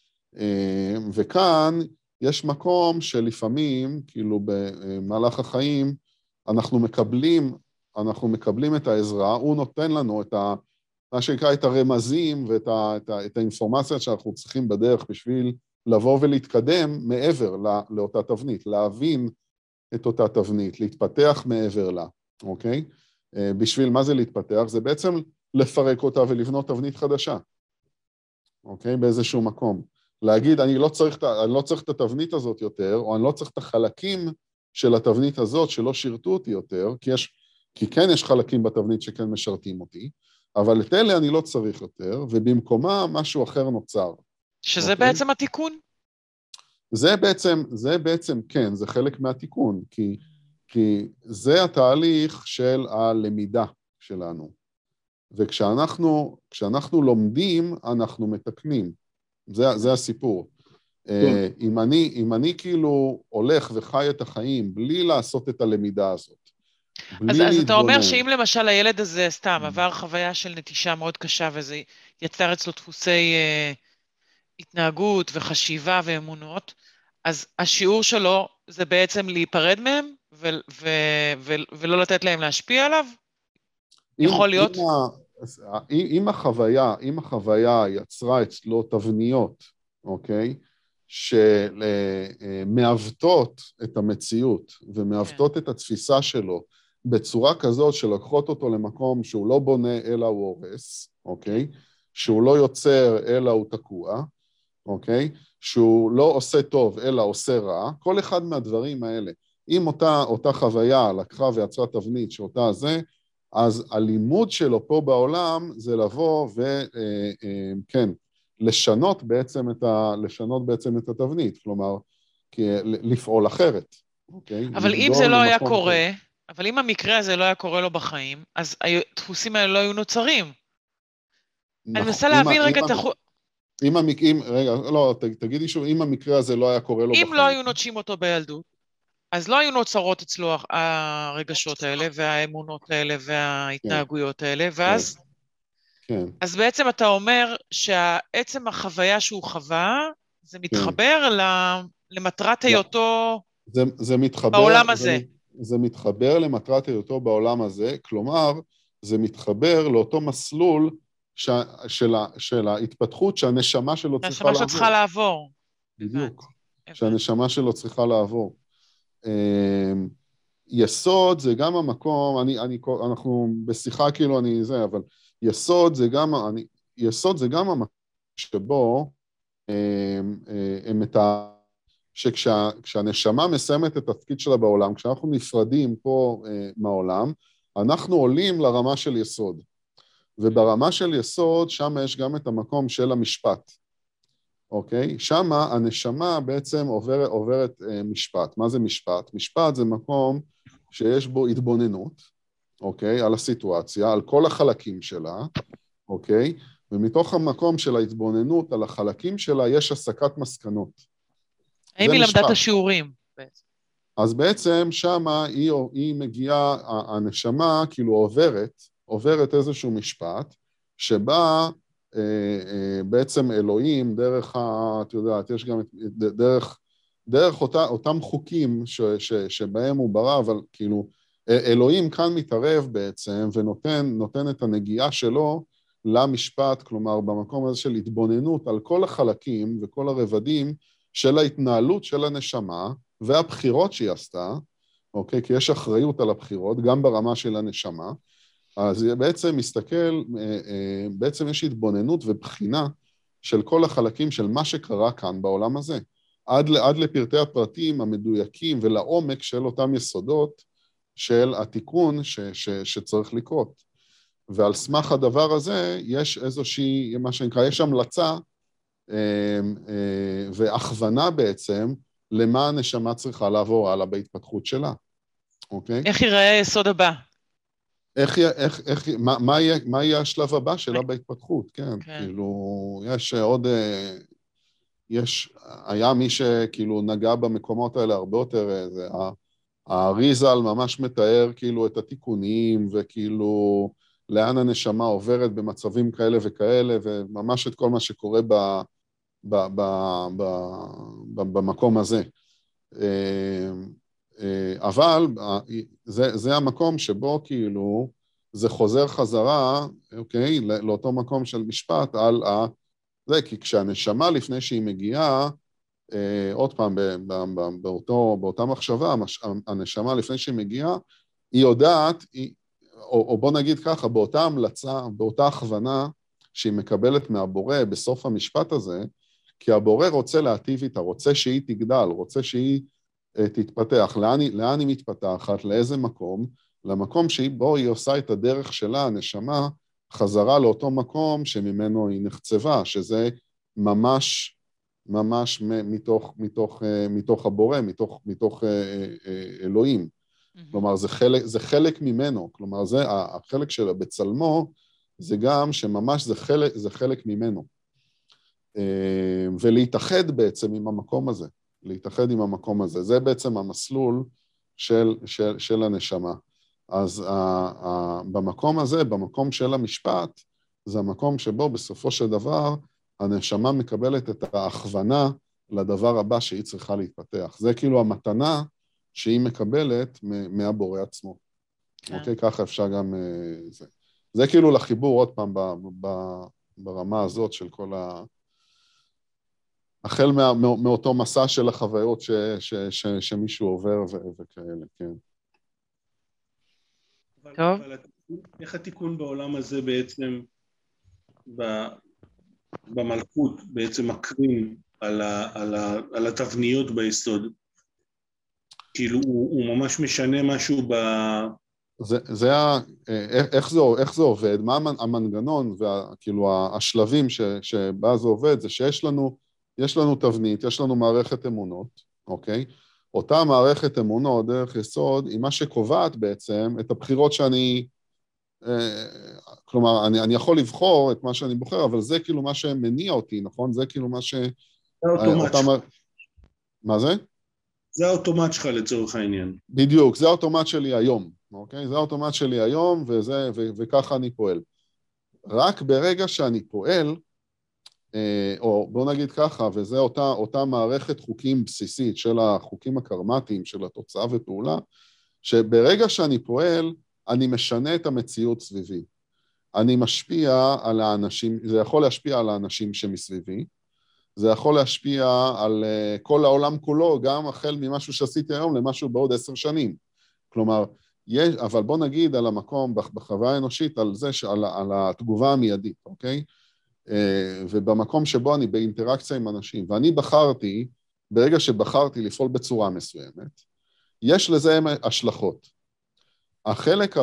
וכאן יש מקום שלפעמים, כאילו במהלך החיים, אנחנו מקבלים את העזרה, הוא נותן לנו את מה שנקרא את הרמזים ואת האינפורמציה שאנחנו צריכים בדרך בשביל לבוא ולהתקדם מעבר לאותה תבנית, להבין את אותה תבנית, להתפתח מעבר לה, אוקיי? בשביל מה זה להתפתח? זה בעצם לפרק אותה ולבנות תבנית חדשה, אוקיי? באיזשהו מקום. להגיד, אני לא צריך את התבנית הזאת יותר, או אני לא צריך את החלקים של התבנית הזאת שלא שירתו אותי יותר, כי כן יש חלקים בתבנית שכן משרתים אותי, אבל את אלה אני לא צריך יותר, ובמקומה משהו אחר נוצר. שזה אוקיי? בעצם התיקון? זה בעצם, כן, זה חלק מהתיקון, כי זה התהליך של הלמידה שלנו. וכשאנחנו לומדים, אנחנו מתקנים. זה הסיפור. אם אני כאילו הולך וחי את החיים בלי לעשות את הלמידה הזאת, אז אתה אומר שאם למשל הילד הזה סתם עבר חוויה של נטישה מאוד קשה, וזה יצר אצלו דפוסי התנהגות וחשיבה ואמונות, אז השיעור שלו זה בעצם להיפרד מהם ולא לתת להם להשפיע עליו? יכול להיות? אם החוויה יצרה אצלו תבניות, אוקיי? שמעוותות את המציאות ומעוותות את התפיסה שלו בצורה כזאת שלקחות אותו למקום שהוא לא בונה אלא הוא הורס, אוקיי? שהוא לא יוצר אלא הוא תקוע, אוקיי? שהוא לא עושה טוב אלא עושה רע, כל אחד מהדברים האלה. אם אותה חוויה לקחה ויצרה תבנית שאותה זה, אז הלימוד שלו פה בעולם זה לבוא וכן, לשנות בעצם את התבנית, כלומר, לפעול אחרת, אוקיי? אבל אם זה לא היה קורה, אבל אם המקרה הזה לא היה קורה לו בחיים, אז הדפוסים האלה לא היו נוצרים. אני מנסה להבין רגע את רגע, לא, תגידי שוב, אם המקרה הזה לא היה קורה לו בחיים. אם לא היו נוטשים אותו בילדות, אז לא היו נוצרות אצלו הרגשות האלה, והאמונות האלה, וההתנהגויות האלה, ואז... כן. אז בעצם אתה אומר שהעצם החוויה שהוא חווה, זה מתחבר למטרת היותו בעולם הזה. זה מתחבר למטרת היותו בעולם הזה, כלומר, זה מתחבר לאותו מסלול של ההתפתחות שהנשמה שלו צריכה לעבור. הנשמה שלו צריכה לעבור. בדיוק. שהנשמה שלו צריכה לעבור. יסוד זה גם המקום, אנחנו בשיחה כאילו אבל יסוד זה גם המקום שבו כשהנשמה מסיימת את התפקיד שלה בעולם, כשאנחנו נפרדים פה מהעולם, אנחנו עולים לרמה של יסוד. וברמה של יסוד, שם יש גם את המקום של המשפט. אוקיי? שמה הנשמה בעצם עוברת משפט. מה זה משפט? משפט זה מקום שיש בו התבוננות, אוקיי? על הסיטואציה, על כל החלקים שלה, אוקיי? ומתוך המקום של ההתבוננות על החלקים שלה יש הסקת מסקנות. האם היא למדה את השיעורים בעצם? אז בעצם שמה היא מגיעה, הנשמה כאילו עוברת איזשהו משפט, שבה בעצם אלוהים, דרך את יודעת, יש גם דרך אותם חוקים שבהם הוא ברא, אבל כאילו, אלוהים כאן מתערב בעצם, ונותן את הנגיעה שלו למשפט, כלומר, במקום הזה של התבוננות על כל החלקים וכל הרבדים של ההתנהלות של הנשמה, והבחירות שהיא עשתה, אוקיי? כי יש אחריות על הבחירות, גם ברמה של הנשמה, אז בעצם מסתכל, בעצם יש התבוננות ובחינה של כל החלקים של מה שקרה כאן בעולם הזה, עד לפרטי הפרטים המדויקים ולעומק של אותם יסודות של התיקון שצריך לקרות. ועל סמך הדבר הזה יש איזושהי, מה שנקרא, יש המלצה והכוונה בעצם למה הנשמה צריכה לעבור הלאה בהתפתחות שלה, אוקיי? איך ייראה היסוד הבא? מה יהיה השלב הבא שלה בהתפתחות, כן, כאילו, היה מי שכאילו נגע במקומות האלה הרבה יותר, האריזל ממש מתאר כאילו את התיקונים, וכאילו לאן הנשמה עוברת במצבים כאלה וכאלה, וממש את כל מה שקורה במקום הזה. אבל זה המקום שבו כאילו זה חוזר חזרה, אוקיי, לאותו מקום של משפט על זה, כי כשהנשמה לפני שהיא מגיעה, עוד פעם, באותה מחשבה, הנשמה לפני שהיא מגיעה, היא יודעת, או בוא נגיד ככה, באותה המלצה, באותה הכוונה שהיא מקבלת מהבורא בסוף המשפט הזה, כי הבורא רוצה להטיב איתה, רוצה שהיא תגדל, רוצה שהיא תתפתח. לאן היא מתפתחת? לאיזה מקום? למקום בו היא עושה את הדרך שלה, הנשמה, חזרה לאותו מקום שממנו היא נחצבה, שזה ממש מתוך הבורא, מתוך אלוהים. כלומר, זה חלק ממנו. כלומר, החלק שלה בצלמו, זה גם שממש זה חלק ממנו. ולהתאחד בעצם עם המקום הזה. להתאחד עם המקום הזה. זה בעצם המסלול של הנשמה. אז במקום הזה, במקום של המשפט, זה המקום שבו בסופו של דבר הנשמה מקבלת את ההכוונה לדבר הבא שהיא צריכה להתפתח. זה כאילו המתנה שהיא מקבלת מהבורא עצמו. אוקיי? ככה אפשר גם זה כאילו לחיבור עוד פעם ברמה הזאת של כל החל מאותו מסע של החוויות שמישהו עובר וכאלה, כן. טוב. איך התיקון בעולם הזה בעצם, במלכות, בעצם מקרין על התבניות ביסוד? כאילו הוא ממש משנה משהו איך זה עובד? מה המנגנון וכאילו השלבים שבה זה עובד? זה שיש לנו תבנית, יש לנו מערכת אמונות, אוקיי? אותה מערכת אמונות, דרך יסוד, היא מה שקובעת בעצם את הבחירות שאני, כלומר, אני יכול לבחור את מה שאני בוחר, אבל זה כאילו מה שמניע אותי, נכון? זה כאילו מה ש... זה האוטומט שלך. מה זה? זה האוטומט שלך לצורך העניין. בדיוק, זה האוטומט שלי היום, אוקיי? זה האוטומט שלי היום, וככה אני פועל. רק ברגע שאני פועל, או בוא נגיד ככה, וזה אותה מערכת חוקים בסיסית של החוקים הקרמטיים של התוצאה ופעולה, שברגע שאני פועל, אני משנה את המציאות סביבי. אני משפיע על האנשים, זה יכול להשפיע על האנשים שמסביבי, זה יכול להשפיע על כל העולם כולו, גם החל ממשהו שעשיתי היום למשהו בעוד 10 שנים. כלומר, אבל בוא נגיד על המקום, בחוויה האנושית, על זה, על התגובה המיידית, אוקיי? ובמקום שבו אני באינטראקציה עם אנשים, ואני בחרתי, ברגע שבחרתי לפעול בצורה מסוימת, יש לזה השלכות. החלק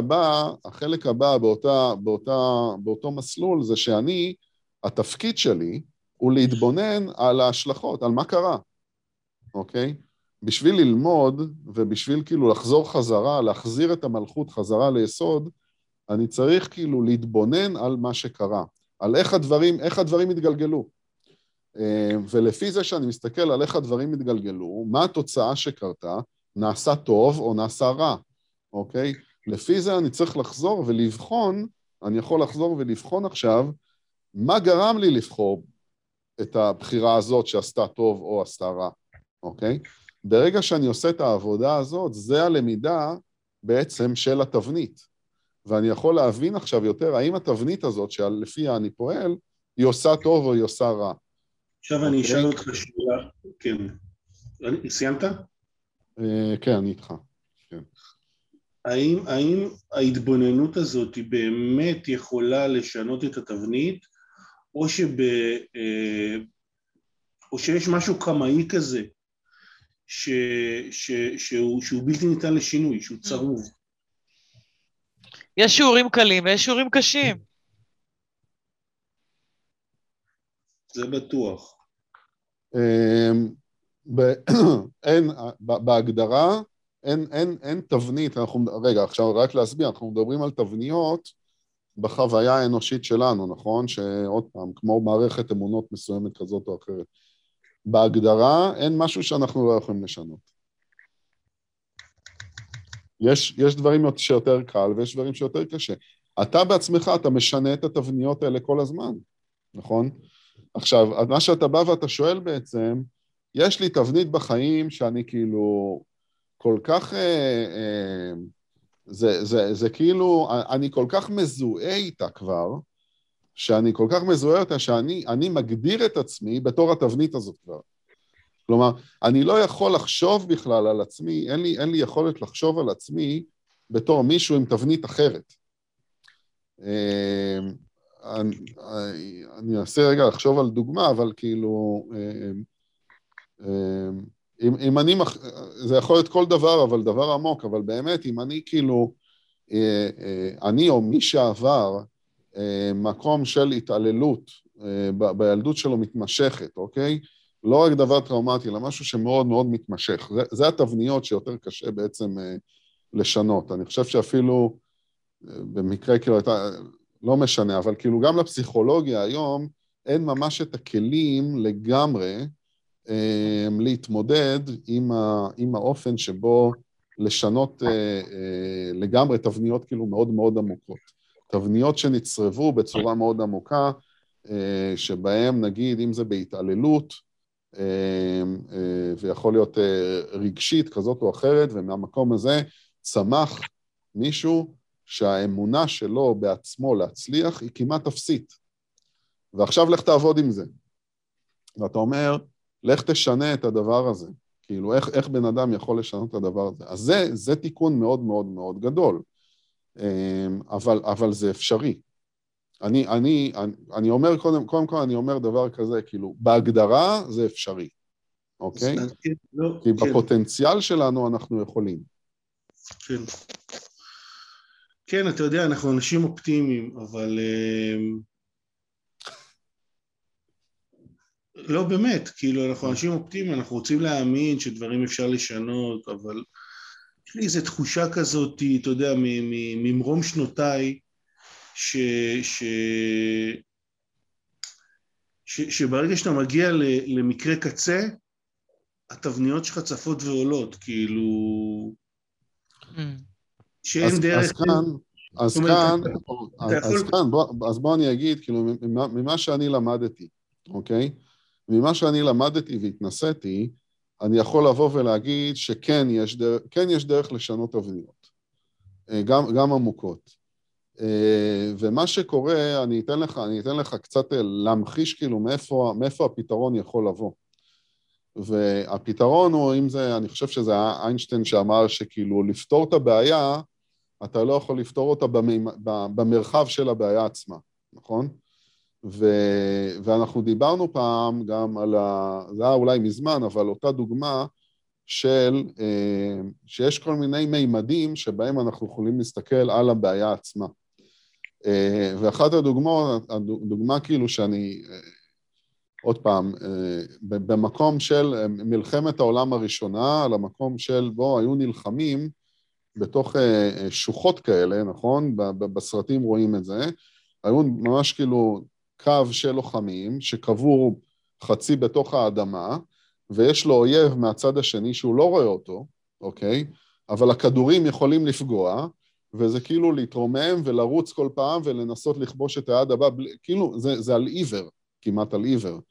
הבא באותו מסלול זה שאני, התפקיד שלי, הוא להתבונן על ההשלכות, על מה קרה, אוקיי? בשביל ללמוד, ובשביל כאילו לחזור חזרה, להחזיר את המלכות חזרה ליסוד, אני צריך כאילו להתבונן על מה שקרה, על איך הדברים התגלגלו. ולפי זה שאני מסתכל על איך הדברים התגלגלו, מה התוצאה שקרתה, נעשה טוב או נעשה רע, אוקיי? לפי זה אני צריך לחזור ולבחון, אני יכול לחזור ולבחון עכשיו, מה גרם לי לבחור את הבחירה הזאת שעשתה טוב או עשתה רע, אוקיי? ברגע שאני עושה את העבודה הזאת, זה הלמידה בעצם של התבנית. ואני יכול להבין עכשיו יותר, האם התבנית הזאת שלפיה אני פועל, היא עושה טוב או היא עושה רע. עכשיו אני אשאל אותך שאלה, כן. סיימת? כן, אני איתך. כן. האם ההתבוננות הזאת היא באמת יכולה לשנות את התבנית, או שיש משהו קמאי כזה, שהוא בלתי ניתן לשינוי, שהוא צרוב? יש שיעורים קלים ויש שיעורים קשים. זה בטוח. בהגדרה אין תבנית, רגע, עכשיו רק להסביר, אנחנו מדברים על תבניות בחוויה האנושית שלנו, נכון? שעוד פעם, כמו מערכת אמונות מסוימת כזאת או אחרת. בהגדרה אין משהו שאנחנו לא יכולים לשנות. יש דברים שיותר קל ויש דברים שיותר קשה. אתה בעצמך, אתה משנה את התבניות האלה כל הזמן, נכון? עכשיו, מה שאתה בא ואתה שואל בעצם, יש לי תבנית בחיים שאני כאילו כל כך, זה כאילו, אני כל כך מזוהה איתה כבר, שאני כל כך מזוהה אותה, שאני מגדיר את עצמי בתור התבנית הזאת כבר. כלומר, אני לא יכול לחשוב בכלל על עצמי, אין לי יכולת לחשוב על עצמי בתור מישהו עם תבנית אחרת. אני אעשה רגע לחשוב על דוגמה, אבל כאילו, אם אני, זה יכול להיות כל דבר, אבל דבר עמוק, אבל באמת, אם אני כאילו, אני או מי שעבר מקום של התעללות בילדות שלו מתמשכת, אוקיי? לא רק דבר טראומטי, אלא משהו שמאוד מאוד מתמשך. זה התבניות שיותר קשה בעצם לשנות. אני חושב שאפילו, במקרה כאילו, לא משנה, אבל כאילו גם לפסיכולוגיה היום, אין ממש את הכלים לגמרי להתמודד עם האופן שבו לשנות לגמרי תבניות כאילו מאוד מאוד עמוקות. תבניות שנצרבו בצורה מאוד עמוקה, שבהם נגיד אם זה בהתעללות, ויכול להיות רגשית כזאת או אחרת, ומהמקום הזה צמח מישהו שהאמונה שלו בעצמו להצליח היא כמעט אפסית. ועכשיו לך תעבוד עם זה. ואתה אומר, לך תשנה את הדבר הזה. כאילו, איך בן אדם יכול לשנות את הדבר הזה? אז זה תיקון מאוד מאוד מאוד גדול. אבל זה אפשרי. אני אומר קודם כל, אני אומר דבר כזה, כאילו, בהגדרה זה אפשרי, אוקיי? כי בפוטנציאל שלנו אנחנו יכולים. כן. כן, אתה יודע, אנחנו אנשים אופטימיים, אבל לא באמת, כאילו, אנחנו אנשים אופטימיים, אנחנו רוצים להאמין שדברים אפשר לשנות, אבל יש לי איזו תחושה כזאת, אתה יודע, ממרום שנותיי, שברגע שאתה מגיע למקרה קצה, התבניות שלך צפות ועולות, כאילו, שאין דרך... אז בוא אני אגיד, כאילו, ממה שאני למדתי, אוקיי? ממה שאני למדתי והתנסיתי, אני יכול לבוא ולהגיד שכן יש דרך לשנות תבניות, גם עמוקות. ומה שקורה, אני אתן לך קצת להמחיש כאילו מאיפה הפתרון יכול לבוא. והפתרון הוא, אם זה, אני חושב שזה איינשטיין שאמר שכאילו לפתור את הבעיה, אתה לא יכול לפתור אותה במרחב של הבעיה עצמה, נכון? ואנחנו דיברנו פעם גם על זה היה אולי מזמן, אבל אותה דוגמה שיש כל מיני מימדים שבהם אנחנו יכולים להסתכל על הבעיה עצמה. ואחת הדוגמה כאילו עוד פעם, במקום של מלחמת העולם הראשונה, על המקום של בו היו נלחמים בתוך שוחות כאלה, נכון? בסרטים רואים את זה, היו ממש כאילו קו של לוחמים שקבור חצי בתוך האדמה, ויש לו אויב מהצד השני שהוא לא רואה אותו, אוקיי? אבל הכדורים יכולים לפגוע, וזה כאילו להתרומם ולרוץ כל פעם ולנסות לכבוש את היד הבא, כאילו זה על עיוור, כמעט על עיוור.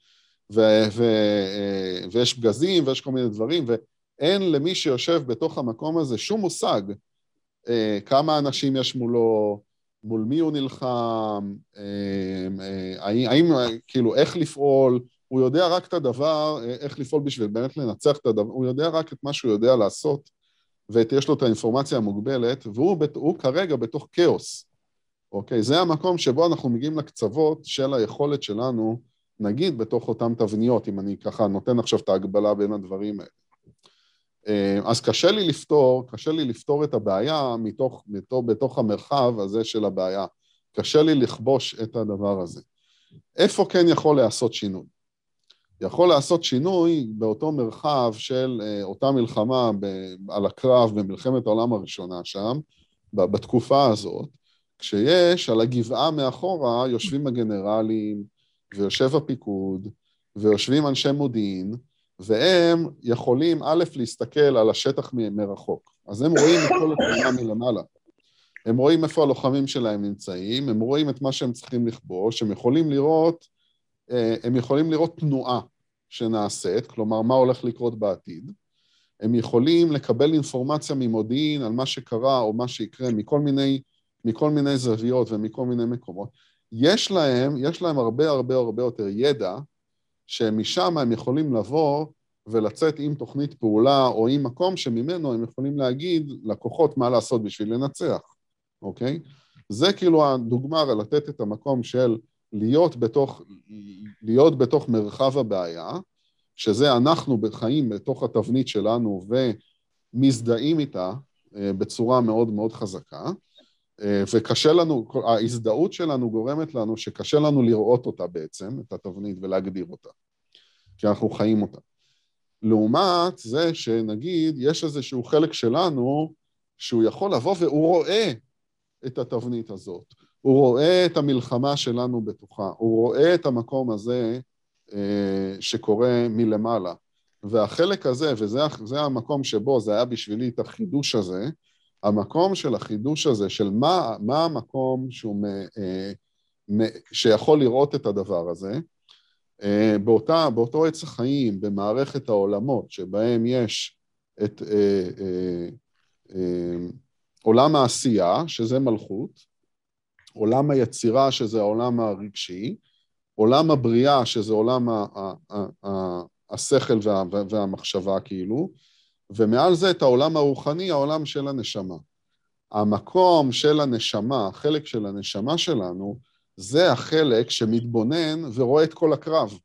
ויש פגזים ויש כל מיני דברים, ואין למי שיושב בתוך המקום הזה שום מושג כמה אנשים יש מולו, מול מי הוא נלחם, האם, כאילו, איך לפעול, הוא יודע רק את הדבר, איך לפעול בשביל באמת לנצח את הדבר, הוא יודע רק את מה שהוא יודע לעשות, ויש לו את האינפורמציה המוגבלת, והוא כרגע בתוך כאוס, אוקיי? זה המקום שבו אנחנו מגיעים לקצוות של היכולת שלנו, נגיד בתוך אותם תבניות, אם אני ככה נותן עכשיו את ההגבלה בין הדברים האלה. אז קשה לי לפתור את הבעיה בתוך המרחב הזה של הבעיה. קשה לי לכבוש את הדבר הזה. איפה כן יכול לעשות שינוי? יכול לעשות שינוי באותו מרחב של אותה מלחמה על הקרב במלחמת העולם הראשונה שם, בתקופה הזאת, כשיש על הגבעה מאחורה יושבים הגנרלים, ויושב הפיקוד, ויושבים אנשי מודיעין, והם יכולים א' להסתכל על השטח מרחוק. אז הם רואים את כל התמונה מלמעלה. הם רואים איפה הלוחמים שלהם נמצאים, הם רואים את מה שהם צריכים לכבוש, הם יכולים לראות תנועה שנעשית, כלומר מה הולך לקרות בעתיד. הם יכולים לקבל אינפורמציה ממודיעין על מה שקרה או מה שיקרה מכל מיני זוויות ומכל מיני מקומות. יש להם הרבה יותר ידע, שמשם הם יכולים לבוא ולצאת עם תוכנית פעולה או עם מקום שממנו הם יכולים להגיד לכוחות מה לעשות בשביל לנצח, אוקיי? זה כאילו הדוגמה לתת את המקום של להיות בתוך מרחב הבעיה, שזה אנחנו חיים בתוך התבנית שלנו ומזדהים איתה בצורה מאוד מאוד חזקה, וקשה לנו, ההזדהות שלנו גורמת לנו שקשה לנו לראות אותה בעצם, את התבנית ולהגדיר אותה, כי אנחנו חיים אותה. לעומת זה שנגיד, יש איזשהו חלק שלנו שהוא יכול לבוא והוא רואה את התבנית הזאת, הוא רואה את המלחמה שלנו בתוכה, הוא רואה את המקום הזה שקורה מלמעלה, והחלק הזה, וזה המקום שבו זה היה בשבילי את החידוש הזה, המקום של החידוש הזה, של מה המקום שיכול לראות את הדבר הזה, באותו עץ החיים, במערכת העולמות, שבהם יש את עולם העשייה, שזה מלכות, עולם היצירה, שזה העולם הרגשי, עולם הבריאה, שזה עולם השכל והמחשבה כאילו, ומעל זה את העולם הרוחני, העולם של הנשמה. המקום של הנשמה, החלק של הנשמה שלנו, זה החלק שמתבונן ורואה את כל הקרב.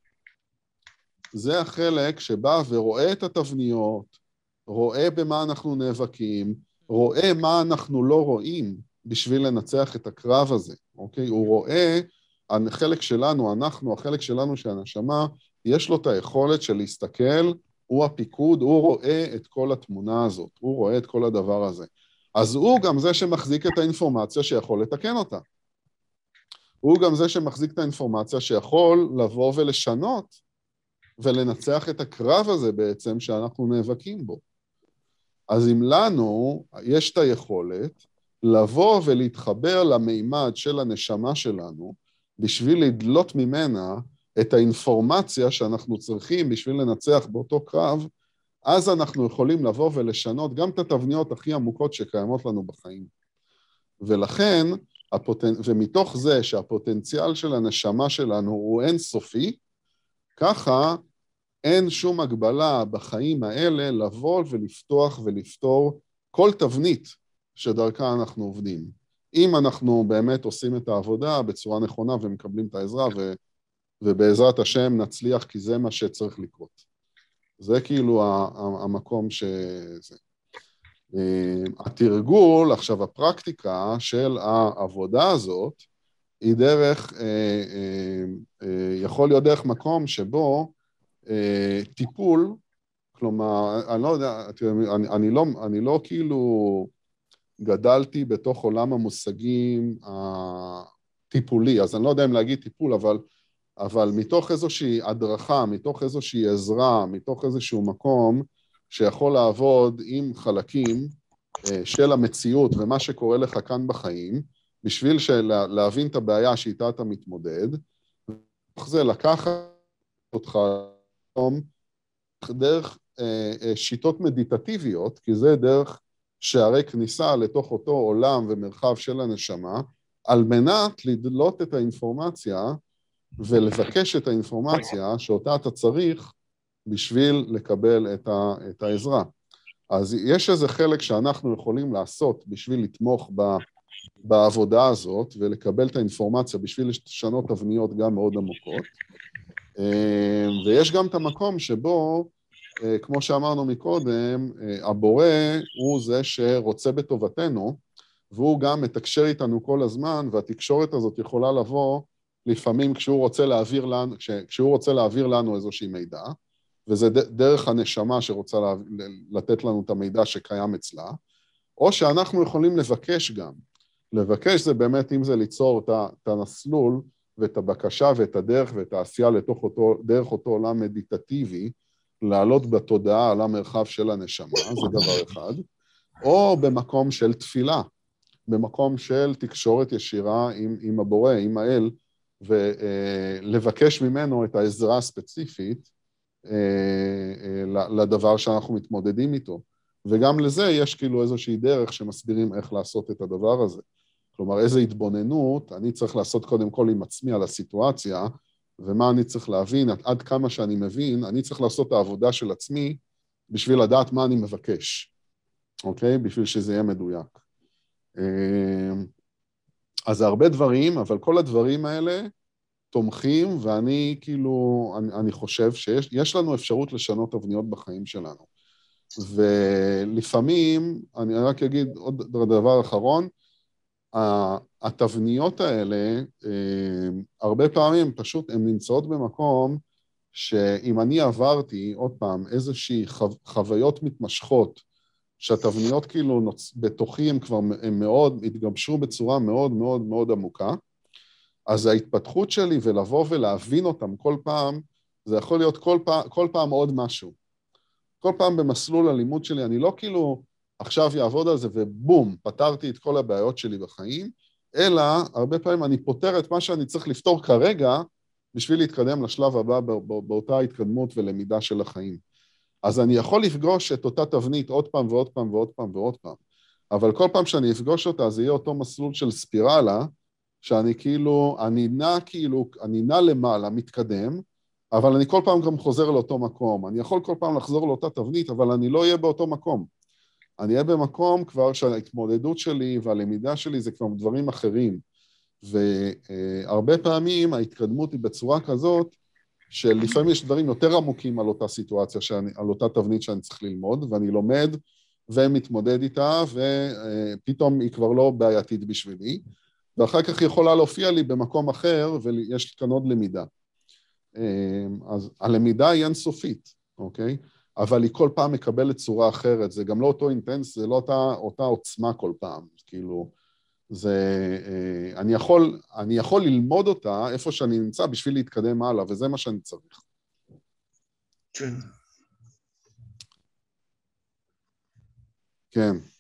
זה החלק שבא ורואה את התבניות, רואה במה אנחנו נאבקים, רואה מה אנחנו לא רואים בשביל לנצח את הקרב הזה, אוקיי? הוא רואה, החלק שלנו, החלק שלנו של הנשמה, יש לו את היכולת של להסתכל, הוא הפיקוד, הוא רואה את כל התמונה הזאת, הוא רואה את כל הדבר הזה. אז הוא גם זה שמחזיק את האינפורמציה שיכול לתקן אותה. הוא גם זה שמחזיק את האינפורמציה שיכול לבוא ולשנות ולנצח את הקרב הזה בעצם שאנחנו נאבקים בו. אז אם לנו יש את היכולת לבוא ולהתחבר למימד של הנשמה שלנו, בשביל לדלות ממנה את האינפורמציה שאנחנו צריכים בשביל לנצח באותו קרב, אז אנחנו יכולים לבוא ולשנות גם את התבניות הכי עמוקות שקיימות לנו בחיים. ולכן, ומתוך זה שהפוטנציאל של הנשמה שלנו הוא אינסופי, ככה אין שום הגבלה בחיים האלה לבוא ולפתוח ולפתור כל תבנית שדרכה אנחנו עובדים. אם אנחנו באמת עושים את העבודה בצורה נכונה ומקבלים את העזרה, ובעזרת השם נצליח, כי זה מה שצריך לקרות. זה כאילו המקום שזה. התרגול, עכשיו הפרקטיקה של העבודה הזאת, היא דרך, יכול להיות דרך מקום שבו טיפול, כלומר, אני לא יודע, אני לא כאילו גדלתי בתוך עולם המושגים הטיפולי, אז אני לא יודע אם להגיד טיפול, אבל מתוך איזושהי הדרכה, מתוך איזושהי עזרה, מתוך איזשהו מקום שיכול לעבוד עם חלקים של המציאות ומה שקורה לך כאן בחיים, בשביל להבין את הבעיה שאיתה אתה מתמודד, ואיך זה לקחת אותך דרך שיטות מדיטטיביות, כי זה דרך שערי כניסה לתוך אותו עולם ומרחב של הנשמה, על מנת לדלות את האינפורמציה ולבקש את האינפורמציה שאותה אתה צריך בשביל לקבל את העזרה. אז יש איזה חלק שאנחנו יכולים לעשות בשביל לתמוך בעבודה הזאת ולקבל את האינפורמציה בשביל לשנות תבניות גם מאוד עמוקות. ויש גם את המקום שבו, כמו שאמרנו מקודם, הבורא הוא זה שרוצה בטובתנו, והוא גם מתקשר איתנו כל הזמן, והתקשורת הזאת יכולה לבוא לפעמים כשהוא רוצה להעביר לנו איזושהי מידע, וזה דרך הנשמה שרוצה לתת לנו את המידע שקיים אצלה, או שאנחנו יכולים לבקש גם. לבקש זה באמת אם זה ליצור את המסלול ואת הבקשה ואת הדרך ואת העשייה דרך אותו עולם מדיטטיבי, לעלות בתודעה על המרחב של הנשמה, זה דבר אחד, או במקום של תפילה, במקום של תקשורת ישירה עם הבורא, עם האל, ולבקש ממנו את העזרה הספציפית לדבר שאנחנו מתמודדים איתו. וגם לזה יש כאילו איזושהי דרך שמסבירים איך לעשות את הדבר הזה. כלומר, איזו התבוננות אני צריך לעשות קודם כל עם עצמי על הסיטואציה, ומה אני צריך להבין, עד כמה שאני מבין, אני צריך לעשות את העבודה של עצמי בשביל לדעת מה אני מבקש, אוקיי? בשביל שזה יהיה מדויק. אז זה הרבה דברים, אבל כל הדברים האלה תומכים, ואני כאילו, אני חושב שיש לנו אפשרות לשנות תבניות בחיים שלנו. ולפעמים, אני רק אגיד עוד דבר אחרון, התבניות האלה, הרבה פעמים פשוט הן נמצאות במקום שאם אני עברתי עוד פעם איזושהי חוויות מתמשכות, שהתבניות כאילו בתוכי הם כבר מאוד, התגבשו בצורה מאוד מאוד מאוד עמוקה, אז ההתפתחות שלי ולבוא ולהבין אותם כל פעם, זה יכול להיות כל פעם עוד משהו. כל פעם במסלול הלימוד שלי, אני לא כאילו עכשיו יעבוד על זה ובום, פתרתי את כל הבעיות שלי בחיים, אלא הרבה פעמים אני פותר את מה שאני צריך לפתור כרגע, בשביל להתקדם לשלב הבא באותה התקדמות ולמידה של החיים. אז אני יכול לפגוש את אותה תבנית עוד פעם ועוד פעם ועוד פעם ועוד פעם, אבל כל פעם שאני אפגוש אותה, זה יהיה אותו מסלול של ספירלה, שאני כאילו, אני נע למעלה, מתקדם, אבל אני כל פעם גם חוזר לאותו מקום. אני יכול כל פעם לחזור לאותה תבנית, אבל אני לא אהיה באותו מקום. אני אהיה במקום כבר שההתמודדות שלי והלמידה שלי זה כבר דברים אחרים. והרבה פעמים ההתקדמות היא בצורה כזאת, שלפעמים יש דברים יותר עמוקים על אותה סיטואציה, על אותה תבנית שאני צריך ללמוד, ואני לומד ומתמודד איתה, ופתאום היא כבר לא בעייתית בשבילי, ואחר כך היא יכולה להופיע לי במקום אחר, ויש כאן עוד למידה. אז הלמידה היא אינסופית, אוקיי? אבל היא כל פעם מקבלת צורה אחרת, זה גם לא אותו אינטנס, זה לא אותה עוצמה כל פעם, כאילו, אני יכול ללמוד אותה איפה שאני נמצא בשביל להתקדם הלאה, וזה מה שאני צריך. כן. כן.